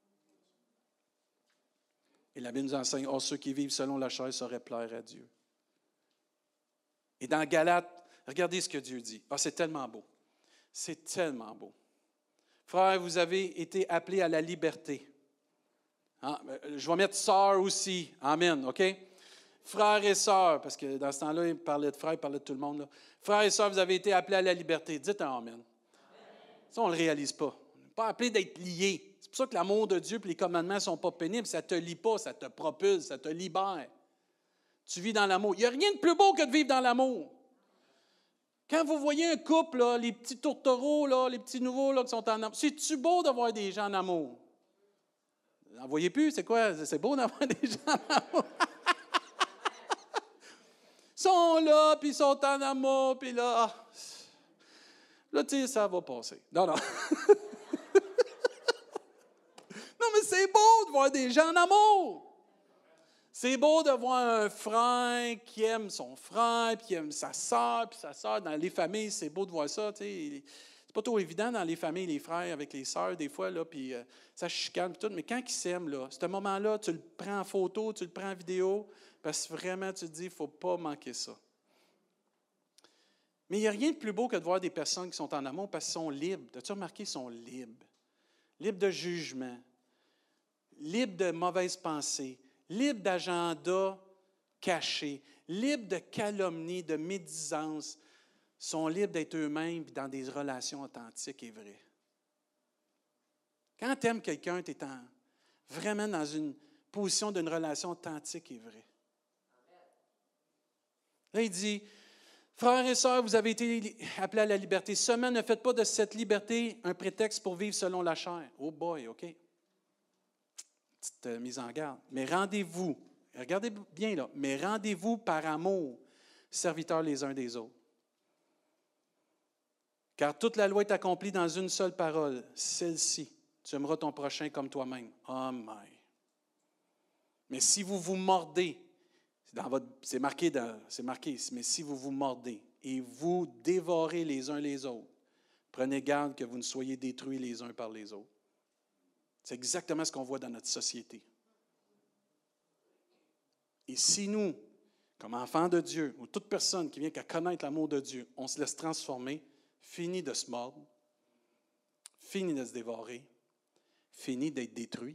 Et la Bible nous enseigne, « Or, ceux qui vivent selon la chair sauraient plaire à Dieu. » Et dans Galates, regardez ce que Dieu dit. Ah, c'est tellement beau. C'est tellement beau. Frères, vous avez été appelés à la liberté. Ah, je vais mettre sœurs aussi. Amen, OK? Frères et sœurs, parce que dans ce temps-là, il parlait de frères, il parlait de tout le monde. Là. Frères et sœurs, vous avez été appelés à la liberté. Dites un amen. Amen. Ça, on ne le réalise pas. On n'est pas appelés d'être liés. C'est pour ça que l'amour de Dieu et les commandements ne sont pas pénibles. Ça ne te lie pas, ça te propulse, ça te libère. Tu vis dans l'amour. Il n'y a rien de plus beau que de vivre dans l'amour. Quand vous voyez un couple, là, les petits tourtereaux, là, les petits nouveaux là, qui sont en amour, c'est-tu beau d'avoir des gens en amour? N'en voyez plus, c'est quoi? C'est beau d'avoir des gens en amour. Ils sont là, puis ils sont en amour, puis là, ah, là, tu sais, ça va passer. Non, non. Non, mais c'est beau de voir des gens en amour. C'est beau de voir un frère qui aime son frère, puis qui aime sa sœur, puis sa sœur. Dans les familles, c'est beau de voir ça. Tu sais. C'est pas trop évident dans les familles, les frères avec les sœurs, des fois, là, puis euh, ça chicane, puis tout. Mais quand ils s'aiment, là, ce moment-là, tu le prends en photo, tu le prends en vidéo, parce que vraiment, tu te dis, il ne faut pas manquer ça. Mais il n'y a rien de plus beau que de voir des personnes qui sont en amour parce qu'ils sont libres. As-tu remarqué, ils sont libres? Libres de jugement, libres de mauvaises pensées, libres d'agenda cachés, libres de calomnie, de médisance, sont libres d'être eux-mêmes et dans des relations authentiques et vraies. Quand tu aimes quelqu'un, tu es en, vraiment dans une position d'une relation authentique et vraie. Là, il dit, « Frères et sœurs, vous avez été appelés à la liberté. Seulement, ne faites pas de cette liberté un prétexte pour vivre selon la chair. » Oh boy, OK. Petite euh, mise en garde. Mais rendez-vous, regardez bien là, mais rendez-vous par amour, serviteurs les uns des autres. Car toute la loi est accomplie dans une seule parole, celle-ci. Tu aimeras ton prochain comme toi-même. Oh my. Mais si vous vous mordez, c'est, dans votre, c'est, marqué dans, c'est marqué, mais si vous vous mordez et vous dévorez les uns les autres, prenez garde que vous ne soyez détruits les uns par les autres. C'est exactement ce qu'on voit dans notre société. Et si nous, comme enfants de Dieu, ou toute personne qui vient qu'à connaître l'amour de Dieu, on se laisse transformer, fini de se mordre, fini de se dévorer, fini d'être détruit,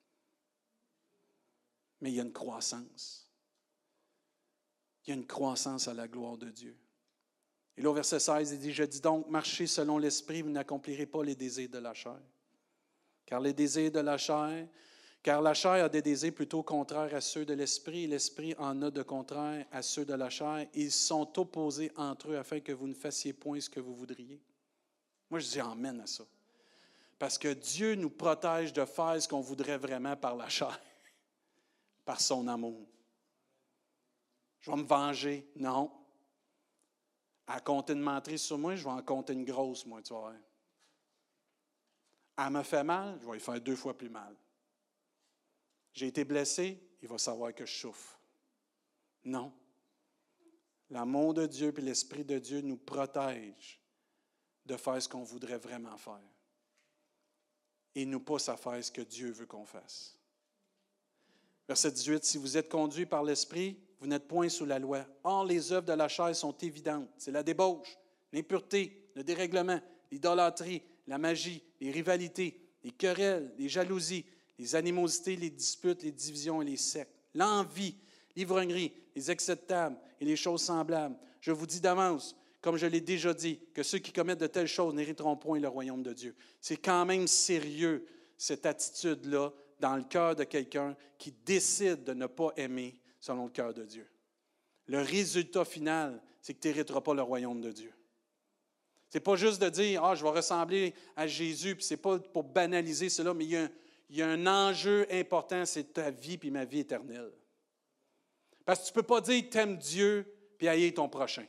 mais il y a une croissance. Il y a une croissance à la gloire de Dieu. Et là, au verset seize, il dit, « Je dis donc, marchez selon l'esprit, vous n'accomplirez pas les désirs de la chair. Car les désirs de la chair, car la chair a des désirs plutôt contraires à ceux de l'esprit, et l'esprit en a de contraires à ceux de la chair. Ils sont opposés entre eux afin que vous ne fassiez point ce que vous voudriez. » Moi, je dis amen à ça. Parce que Dieu nous protège de faire ce qu'on voudrait vraiment par la chair, par son amour. Je vais me venger. Non. À compter une menterie sur moi, je vais en compter une grosse, moi, tu vois. Elle me fait mal, je vais lui faire deux fois plus mal. J'ai été blessé, il va savoir que je souffre. Non. L'amour de Dieu et l'Esprit de Dieu nous protègent de faire ce qu'on voudrait vraiment faire. Et nous pousse à faire ce que Dieu veut qu'on fasse. Verset dix-huit, « Si vous êtes conduits par l'Esprit, vous n'êtes point sous la loi. Or, les œuvres de la chair sont évidentes. C'est la débauche, l'impureté, le dérèglement, l'idolâtrie, la magie, les rivalités, les querelles, les jalousies, les animosités, les disputes, les divisions et les sectes, l'envie, l'ivrognerie, les excès de table et les choses semblables. Je vous dis d'avance, comme je l'ai déjà dit, que ceux qui commettent de telles choses n'hériteront point le royaume de Dieu. » C'est quand même sérieux, cette attitude-là, dans le cœur de quelqu'un qui décide de ne pas aimer selon le cœur de Dieu. Le résultat final, c'est que tu n'hériteras pas le royaume de Dieu. Ce n'est pas juste de dire « Ah, je vais ressembler à Jésus », puis ce n'est pas pour banaliser cela, mais il y a un, il y a un enjeu important, c'est ta vie puis ma vie éternelle. Parce que tu ne peux pas dire « T'aimes Dieu » puis haïr ton prochain.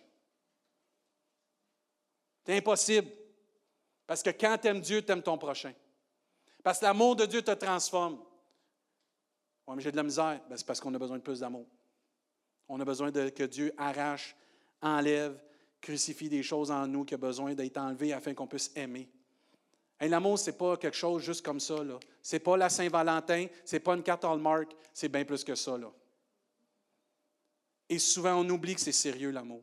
C'est impossible. Parce que quand tu aimes Dieu, tu aimes ton prochain. Parce que l'amour de Dieu te transforme. Oui, mais j'ai de la misère. Ben, c'est parce qu'on a besoin de plus d'amour. On a besoin de, que Dieu arrache, enlève, crucifie des choses en nous qui ont besoin d'être enlevées afin qu'on puisse aimer. Hey, l'amour, ce n'est pas quelque chose juste comme ça. Ce n'est pas la Saint-Valentin, ce n'est pas une carte Hallmark, c'est bien plus que ça. Là. Et souvent, on oublie que c'est sérieux, l'amour.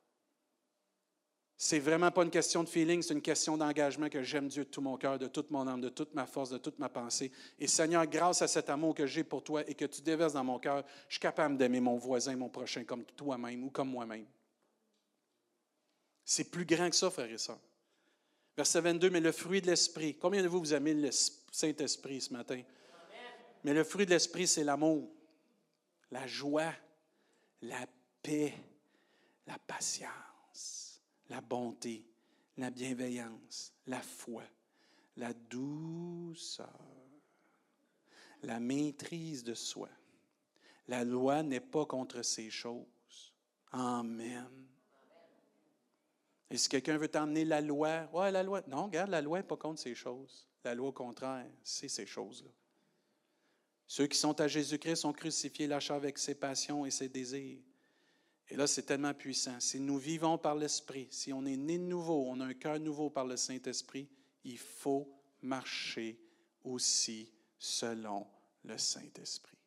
C'est vraiment pas une question de feeling, c'est une question d'engagement que j'aime Dieu de tout mon cœur, de toute mon âme, de toute ma force, de toute ma pensée. Et Seigneur, grâce à cet amour que j'ai pour toi et que tu déverses dans mon cœur, je suis capable d'aimer mon voisin, mon prochain, comme toi-même ou comme moi-même. C'est plus grand que ça, frères et sœurs. Verset vingt-deux, mais le fruit de l'Esprit. Combien de vous, vous aimez le Saint-Esprit ce matin? Amen. Mais le fruit de l'Esprit, c'est l'amour, la joie, la paix, la patience, la bonté, la bienveillance, la foi, la douceur, la maîtrise de soi. La loi n'est pas contre ces choses. Amen. Et si quelqu'un veut t'emmener la loi, ouais, la loi. Non, regarde, la loi n'est pas contre ces choses. La loi, au contraire, c'est ces choses-là. Ceux qui sont à Jésus-Christ ont crucifié la chair avec ses passions et ses désirs. Et là, c'est tellement puissant. Si nous vivons par l'Esprit, si on est né de nouveau, on a un cœur nouveau par le Saint-Esprit, il faut marcher aussi selon le Saint-Esprit.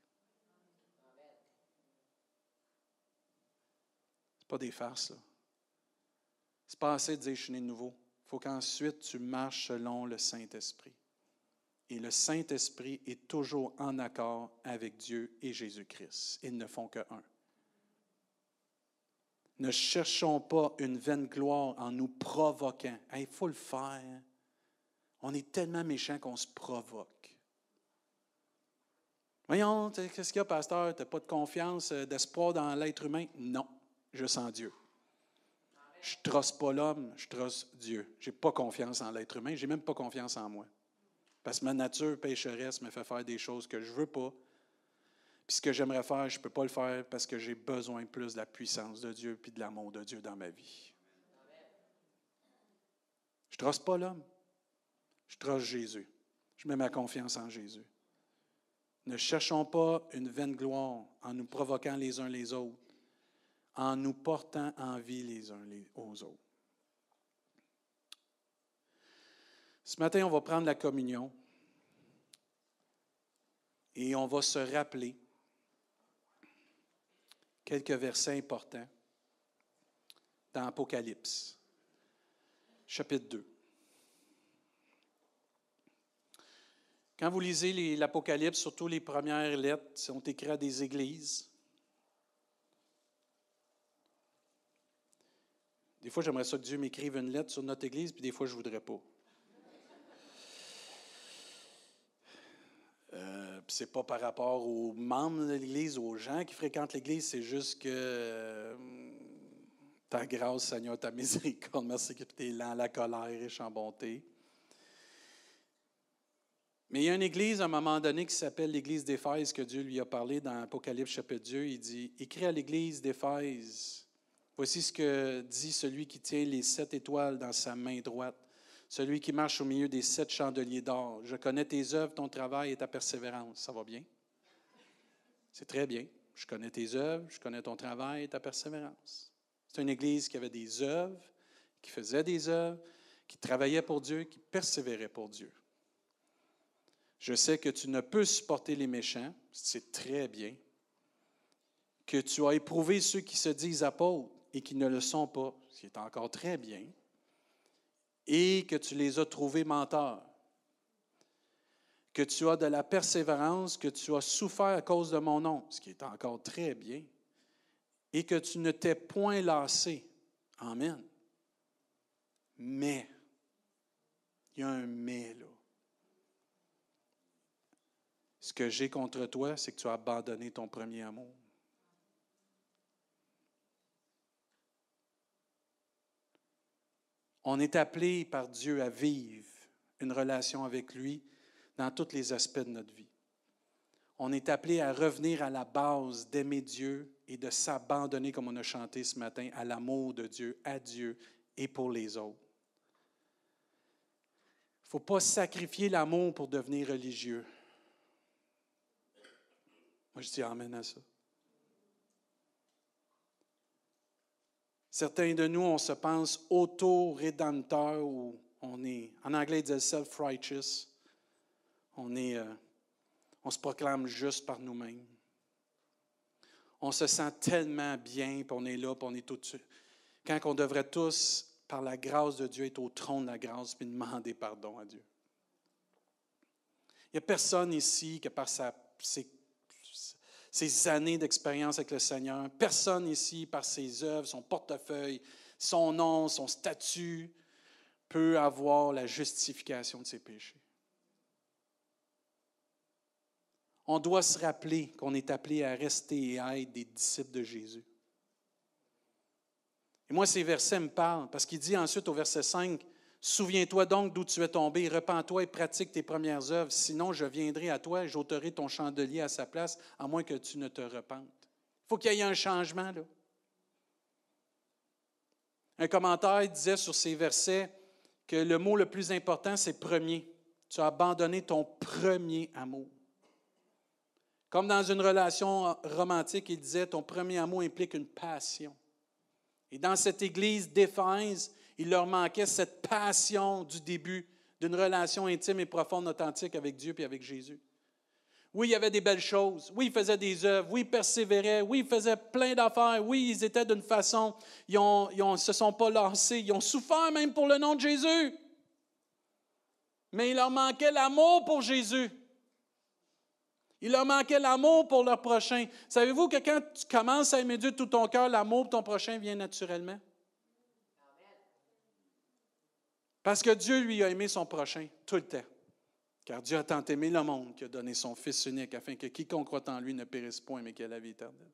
Ce n'est pas des farces, là. C'est pas assez de dire « je suis né de nouveau ». Il faut qu'ensuite tu marches selon le Saint-Esprit. Et le Saint-Esprit est toujours en accord avec Dieu et Jésus-Christ. Ils ne font que un. Ne cherchons pas une vaine gloire en nous provoquant. Il faut le faire. On est tellement méchants qu'on se provoque. Voyons, qu'est-ce qu'il y a, pasteur? Tu n'as pas de confiance, d'espoir dans l'être humain? Non, juste en Dieu. Je ne trosse pas l'homme, je trosse Dieu. Je n'ai pas confiance en l'être humain, je n'ai même pas confiance en moi. Parce que ma nature pécheresse me fait faire des choses que je ne veux pas. Puis ce que j'aimerais faire, je ne peux pas le faire parce que j'ai besoin plus de la puissance de Dieu et de l'amour de Dieu dans ma vie. Je ne trosse pas l'homme, je trosse Jésus. Je mets ma confiance en Jésus. Ne cherchons pas une vaine gloire en nous provoquant les uns les autres, en nous portant envie les uns aux autres. Ce matin, on va prendre la communion et on va se rappeler quelques versets importants dans Apocalypse, chapitre deux. Quand vous lisez les, l'Apocalypse, surtout les premières lettres, sont écrites à des églises. Des fois, j'aimerais ça que Dieu m'écrive une lettre sur notre église, puis des fois, je ne voudrais pas. Euh, puis c'est pas par rapport aux membres de l'Église, aux gens qui fréquentent l'Église, c'est juste que euh, ta grâce, Seigneur, ta miséricorde, merci que tu es lent à la colère, riche en bonté. Mais il y a une église, à un moment donné, qui s'appelle l'église d'Éphèse, que Dieu lui a parlé dans Apocalypse chapitre deux. Il dit, « Écris à l'église d'Éphèse, voici ce que dit celui qui tient les sept étoiles dans sa main droite, celui qui marche au milieu des sept chandeliers d'or. Je connais tes œuvres, ton travail et ta persévérance. » Ça va bien? C'est très bien. Je connais tes œuvres, je connais ton travail et ta persévérance. C'est une église qui avait des œuvres, qui faisait des œuvres, qui travaillait pour Dieu, qui persévérait pour Dieu. Je sais que tu ne peux supporter les méchants, c'est très bien. Que tu as éprouvé ceux qui se disent apôtres et qui ne le sont pas, ce qui est encore très bien. Et que tu les as trouvés menteurs. Que tu as de la persévérance, que tu as souffert à cause de mon nom, ce qui est encore très bien. Et que tu ne t'es point lassé. Amen. Mais, il y a un mais là. Ce que j'ai contre toi, c'est que tu as abandonné ton premier amour. On est appelé par Dieu à vivre une relation avec lui dans tous les aspects de notre vie. On est appelé à revenir à la base d'aimer Dieu et de s'abandonner, comme on a chanté ce matin, à l'amour de Dieu, à Dieu et pour les autres. Il ne faut pas sacrifier l'amour pour devenir religieux. Moi, je dis amen à ça. Certains de nous, on se pense auto-rédempteurs ou on est, en anglais, ils disent self-righteous. On est, euh, on se proclame juste par nous-mêmes. On se sent tellement bien, puis on est là, puis on est tout dessus. Quand on devrait tous, par la grâce de Dieu, être au trône de la grâce, puis demander pardon à Dieu. Il n'y a personne ici que par sa, ses, ses années d'expérience avec le Seigneur, personne ici par ses œuvres, son portefeuille, son nom, son statut, peut avoir la justification de ses péchés. On doit se rappeler qu'on est appelé à rester et à être des disciples de Jésus. Et moi, ces versets me parlent, parce qu'il dit ensuite au verset cinq, « Souviens-toi donc d'où tu es tombé, repens-toi et pratique tes premières œuvres, sinon je viendrai à toi et j'ôterai ton chandelier à sa place, à moins que tu ne te repentes. » Il faut qu'il y ait un changement, là. Un commentaire disait sur ces versets que le mot le plus important, c'est « premier ». Tu as abandonné ton premier amour. Comme dans une relation romantique, il disait, ton premier amour implique une passion. Et dans cette église d'Éphèse, il leur manquait cette passion du début d'une relation intime et profonde, authentique avec Dieu et avec Jésus. Oui, il y avait des belles choses. Oui, ils faisaient des œuvres. Oui, ils persévéraient. Oui, ils faisaient plein d'affaires. Oui, ils étaient d'une façon, ils ne se sont pas lassés. Ils ont souffert même pour le nom de Jésus. Mais il leur manquait l'amour pour Jésus. Il leur manquait l'amour pour leur prochain. Savez-vous que quand tu commences à aimer Dieu de tout ton cœur, l'amour pour ton prochain vient naturellement? Parce que Dieu, lui, a aimé son prochain tout le temps. Car Dieu a tant aimé le monde qu'il a donné son Fils unique afin que quiconque croit en lui ne périsse point, mais qu'il ait la vie éternelle.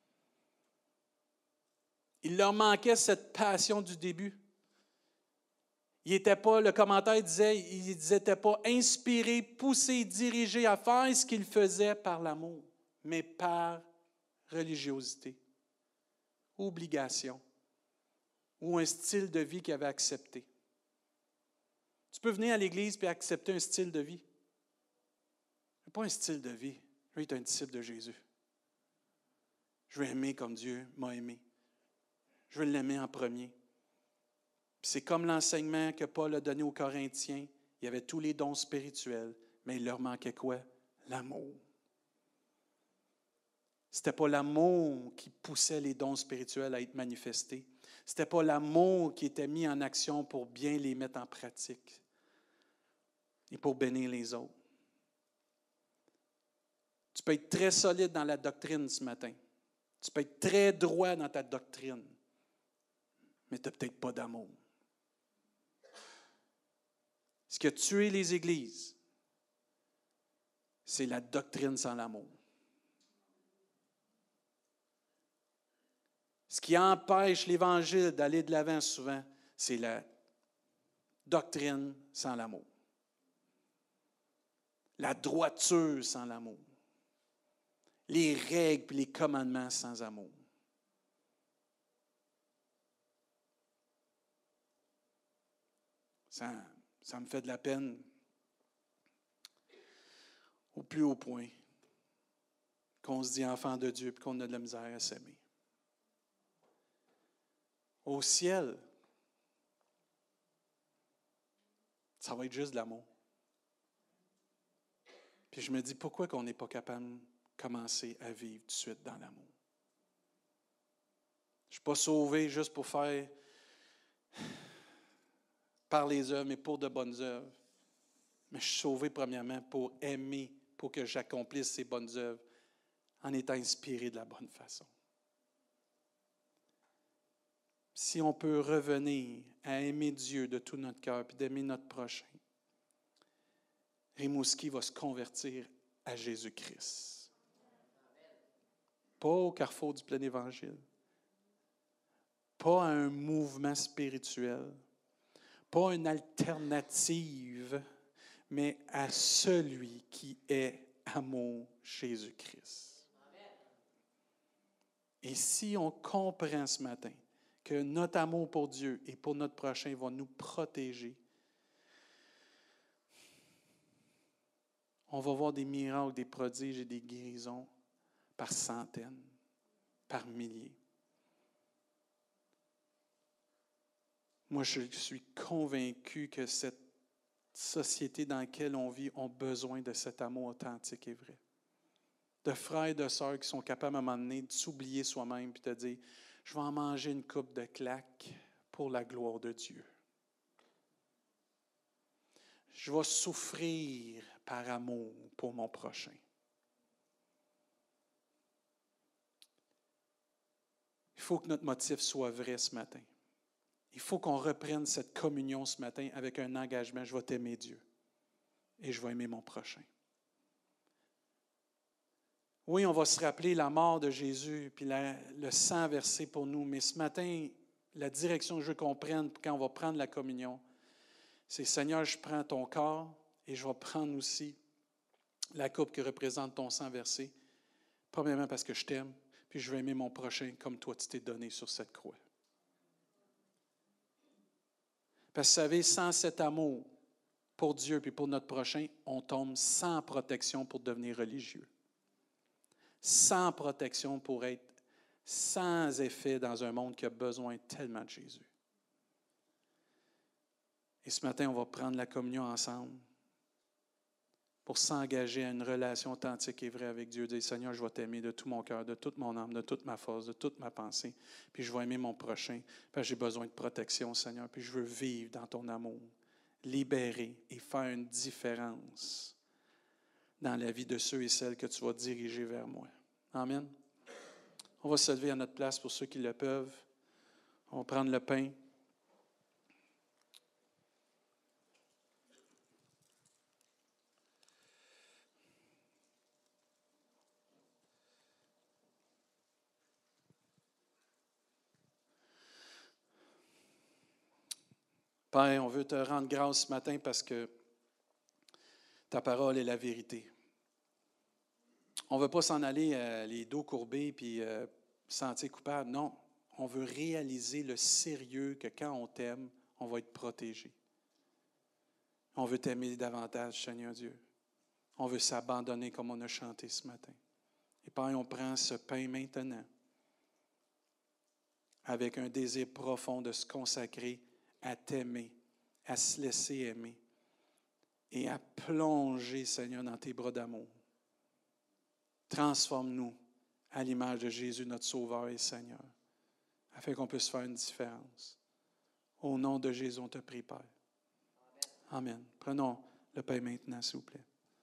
Il leur manquait cette passion du début. Il n'était pas, le commentaire disait, ils n'étaient pas inspirés, poussés, dirigés à faire ce qu'ils faisaient par l'amour, mais par religiosité, obligation ou un style de vie qu'ils avaient accepté. Tu peux venir à l'Église et accepter un style de vie. Ce n'est pas un style de vie. Lui, il est un disciple de Jésus. Je veux aimer comme Dieu m'a aimé. Je veux l'aimer en premier. Puis c'est comme l'enseignement que Paul a donné aux Corinthiens. Il y avait tous les dons spirituels, mais il leur manquait quoi? L'amour. Ce n'était pas l'amour qui poussait les dons spirituels à être manifestés. Ce n'était pas l'amour qui était mis en action pour bien les mettre en pratique et pour bénir les autres. Tu peux être très solide dans la doctrine ce matin. Tu peux être très droit dans ta doctrine, mais tu n'as peut-être pas d'amour. Ce qui a tué les églises, c'est la doctrine sans l'amour. Ce qui empêche l'Évangile d'aller de l'avant souvent, c'est la doctrine sans l'amour. La droiture sans l'amour. Les règles et les commandements sans amour. Ça, ça me fait de la peine au plus haut point qu'on se dit enfant de Dieu et qu'on a de la misère à s'aimer. Au ciel, ça va être juste de l'amour. Puis je me dis, pourquoi qu'on n'est pas capable de commencer à vivre tout de suite dans l'amour? Je ne suis pas sauvé juste pour faire par les œuvres, mais pour de bonnes œuvres. Mais je suis sauvé premièrement pour aimer, pour que j'accomplisse ces bonnes œuvres en étant inspiré de la bonne façon. Si on peut revenir à aimer Dieu de tout notre cœur et d'aimer notre prochain, Rimouski va se convertir à Jésus-Christ. Pas au carrefour du plein évangile. Pas à un mouvement spirituel. Pas une alternative, mais à celui qui est amour, Jésus-Christ. Et si on comprend ce matin que notre amour pour Dieu et pour notre prochain va nous protéger, on va voir des miracles, des prodiges et des guérisons par centaines, par milliers. Moi, je suis convaincu que cette société dans laquelle on vit a besoin de cet amour authentique et vrai. De frères et de sœurs qui sont capables à un moment donné de s'oublier soi-même et de dire, je vais en manger une coupe de claques pour la gloire de Dieu. Je vais souffrir par amour pour mon prochain. Il faut que notre motif soit vrai ce matin. Il faut qu'on reprenne cette communion ce matin avec un engagement. Je vais t'aimer Dieu et je vais aimer mon prochain. Oui, on va se rappeler la mort de Jésus puis la, le sang versé pour nous, mais ce matin, la direction que je veux qu'on prenne quand on va prendre la communion, c'est Seigneur, je prends ton corps et je vais prendre aussi la coupe qui représente ton sang versé. Premièrement parce que je t'aime, puis je vais aimer mon prochain comme toi tu t'es donné sur cette croix. Parce que vous savez, sans cet amour pour Dieu et pour notre prochain, on tombe sans protection pour devenir religieux. Sans protection pour être sans effet dans un monde qui a besoin tellement de Jésus. Et ce matin, on va prendre la communion ensemble pour s'engager à une relation authentique et vraie avec Dieu. Dire, Seigneur, je vais t'aimer de tout mon cœur, de toute mon âme, de toute ma force, de toute ma pensée. Puis je vais aimer mon prochain, parce que j'ai besoin de protection, Seigneur. Puis je veux vivre dans ton amour, libérer et faire une différence dans la vie de ceux et celles que tu vas diriger vers moi. Amen. On va se lever à notre place pour ceux qui le peuvent. On va prendre le pain. Père, on veut te rendre grâce ce matin parce que ta parole est la vérité. On ne veut pas s'en aller euh, les dos courbés puis euh, sentir coupable. Non, on veut réaliser le sérieux que quand on t'aime, on va être protégé. On veut t'aimer davantage, Seigneur Dieu. On veut s'abandonner comme on a chanté ce matin. Et Père, on prend ce pain maintenant avec un désir profond de se consacrer à t'aimer, à se laisser aimer et à plonger, Seigneur, dans tes bras d'amour. Transforme-nous à l'image de Jésus, notre Sauveur et Seigneur, afin qu'on puisse faire une différence. Au nom de Jésus, on te prie, Père. Amen. Amen. Prenons le pain maintenant, s'il vous plaît.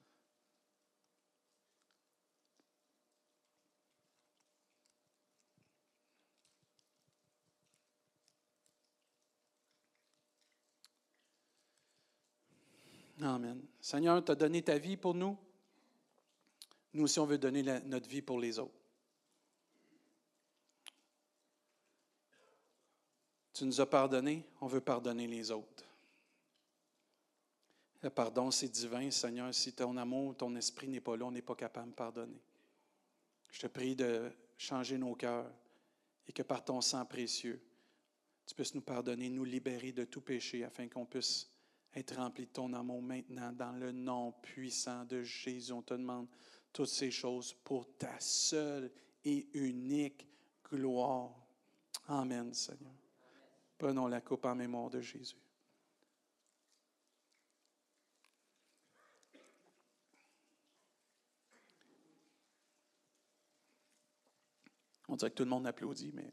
Amen. Seigneur, tu as donné ta vie pour nous. Nous aussi, on veut donner la, notre vie pour les autres. Tu nous as pardonné, on veut pardonner les autres. Le pardon, c'est divin, Seigneur. Si ton amour, ton esprit n'est pas là, on n'est pas capable de pardonner. Je te prie de changer nos cœurs et que par ton sang précieux, tu puisses nous pardonner, nous libérer de tout péché afin qu'on puisse être remplis de ton amour maintenant dans le nom puissant de Jésus. On te demande toutes ces choses pour ta seule et unique gloire. Amen, Seigneur. Prenons la coupe en mémoire de Jésus. On dirait que tout le monde applaudit, mais...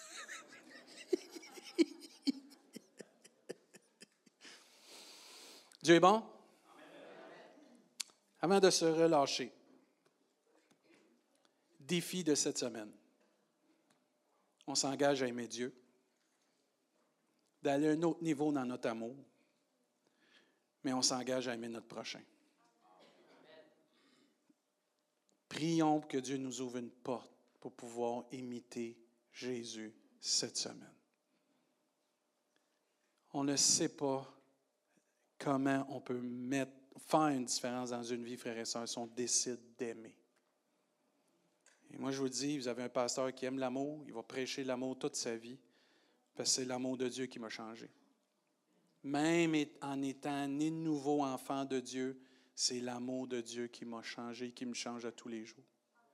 Dieu est bon? Avant de se relâcher, défi de cette semaine. On s'engage à aimer Dieu, d'aller à un autre niveau dans notre amour, mais on s'engage à aimer notre prochain. Prions que Dieu nous ouvre une porte pour pouvoir imiter Jésus cette semaine. On ne sait pas comment on peut mettre, faire une différence dans une vie, frères et sœurs, si on décide d'aimer. Et moi, je vous dis, vous avez un pasteur qui aime l'amour, il va prêcher l'amour toute sa vie, parce que c'est l'amour de Dieu qui m'a changé. Même en étant né de nouveau enfant de Dieu, c'est l'amour de Dieu qui m'a changé, qui me change à tous les jours.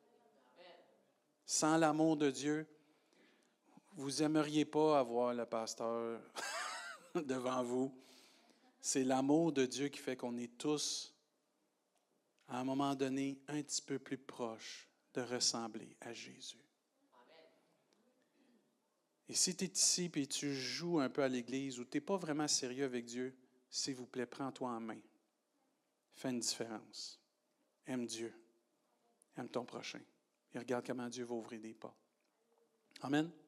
Sans l'amour de Dieu, vous n'aimeriez pas avoir le pasteur devant vous. C'est l'amour de Dieu qui fait qu'on est tous, à un moment donné, un petit peu plus proches de ressembler à Jésus. Et si tu es ici et tu joues un peu à l'Église ou tu n'es pas vraiment sérieux avec Dieu, s'il vous plaît, prends-toi en main. Fais une différence. Aime Dieu. Aime ton prochain. Et regarde comment Dieu va ouvrir des portes. Amen.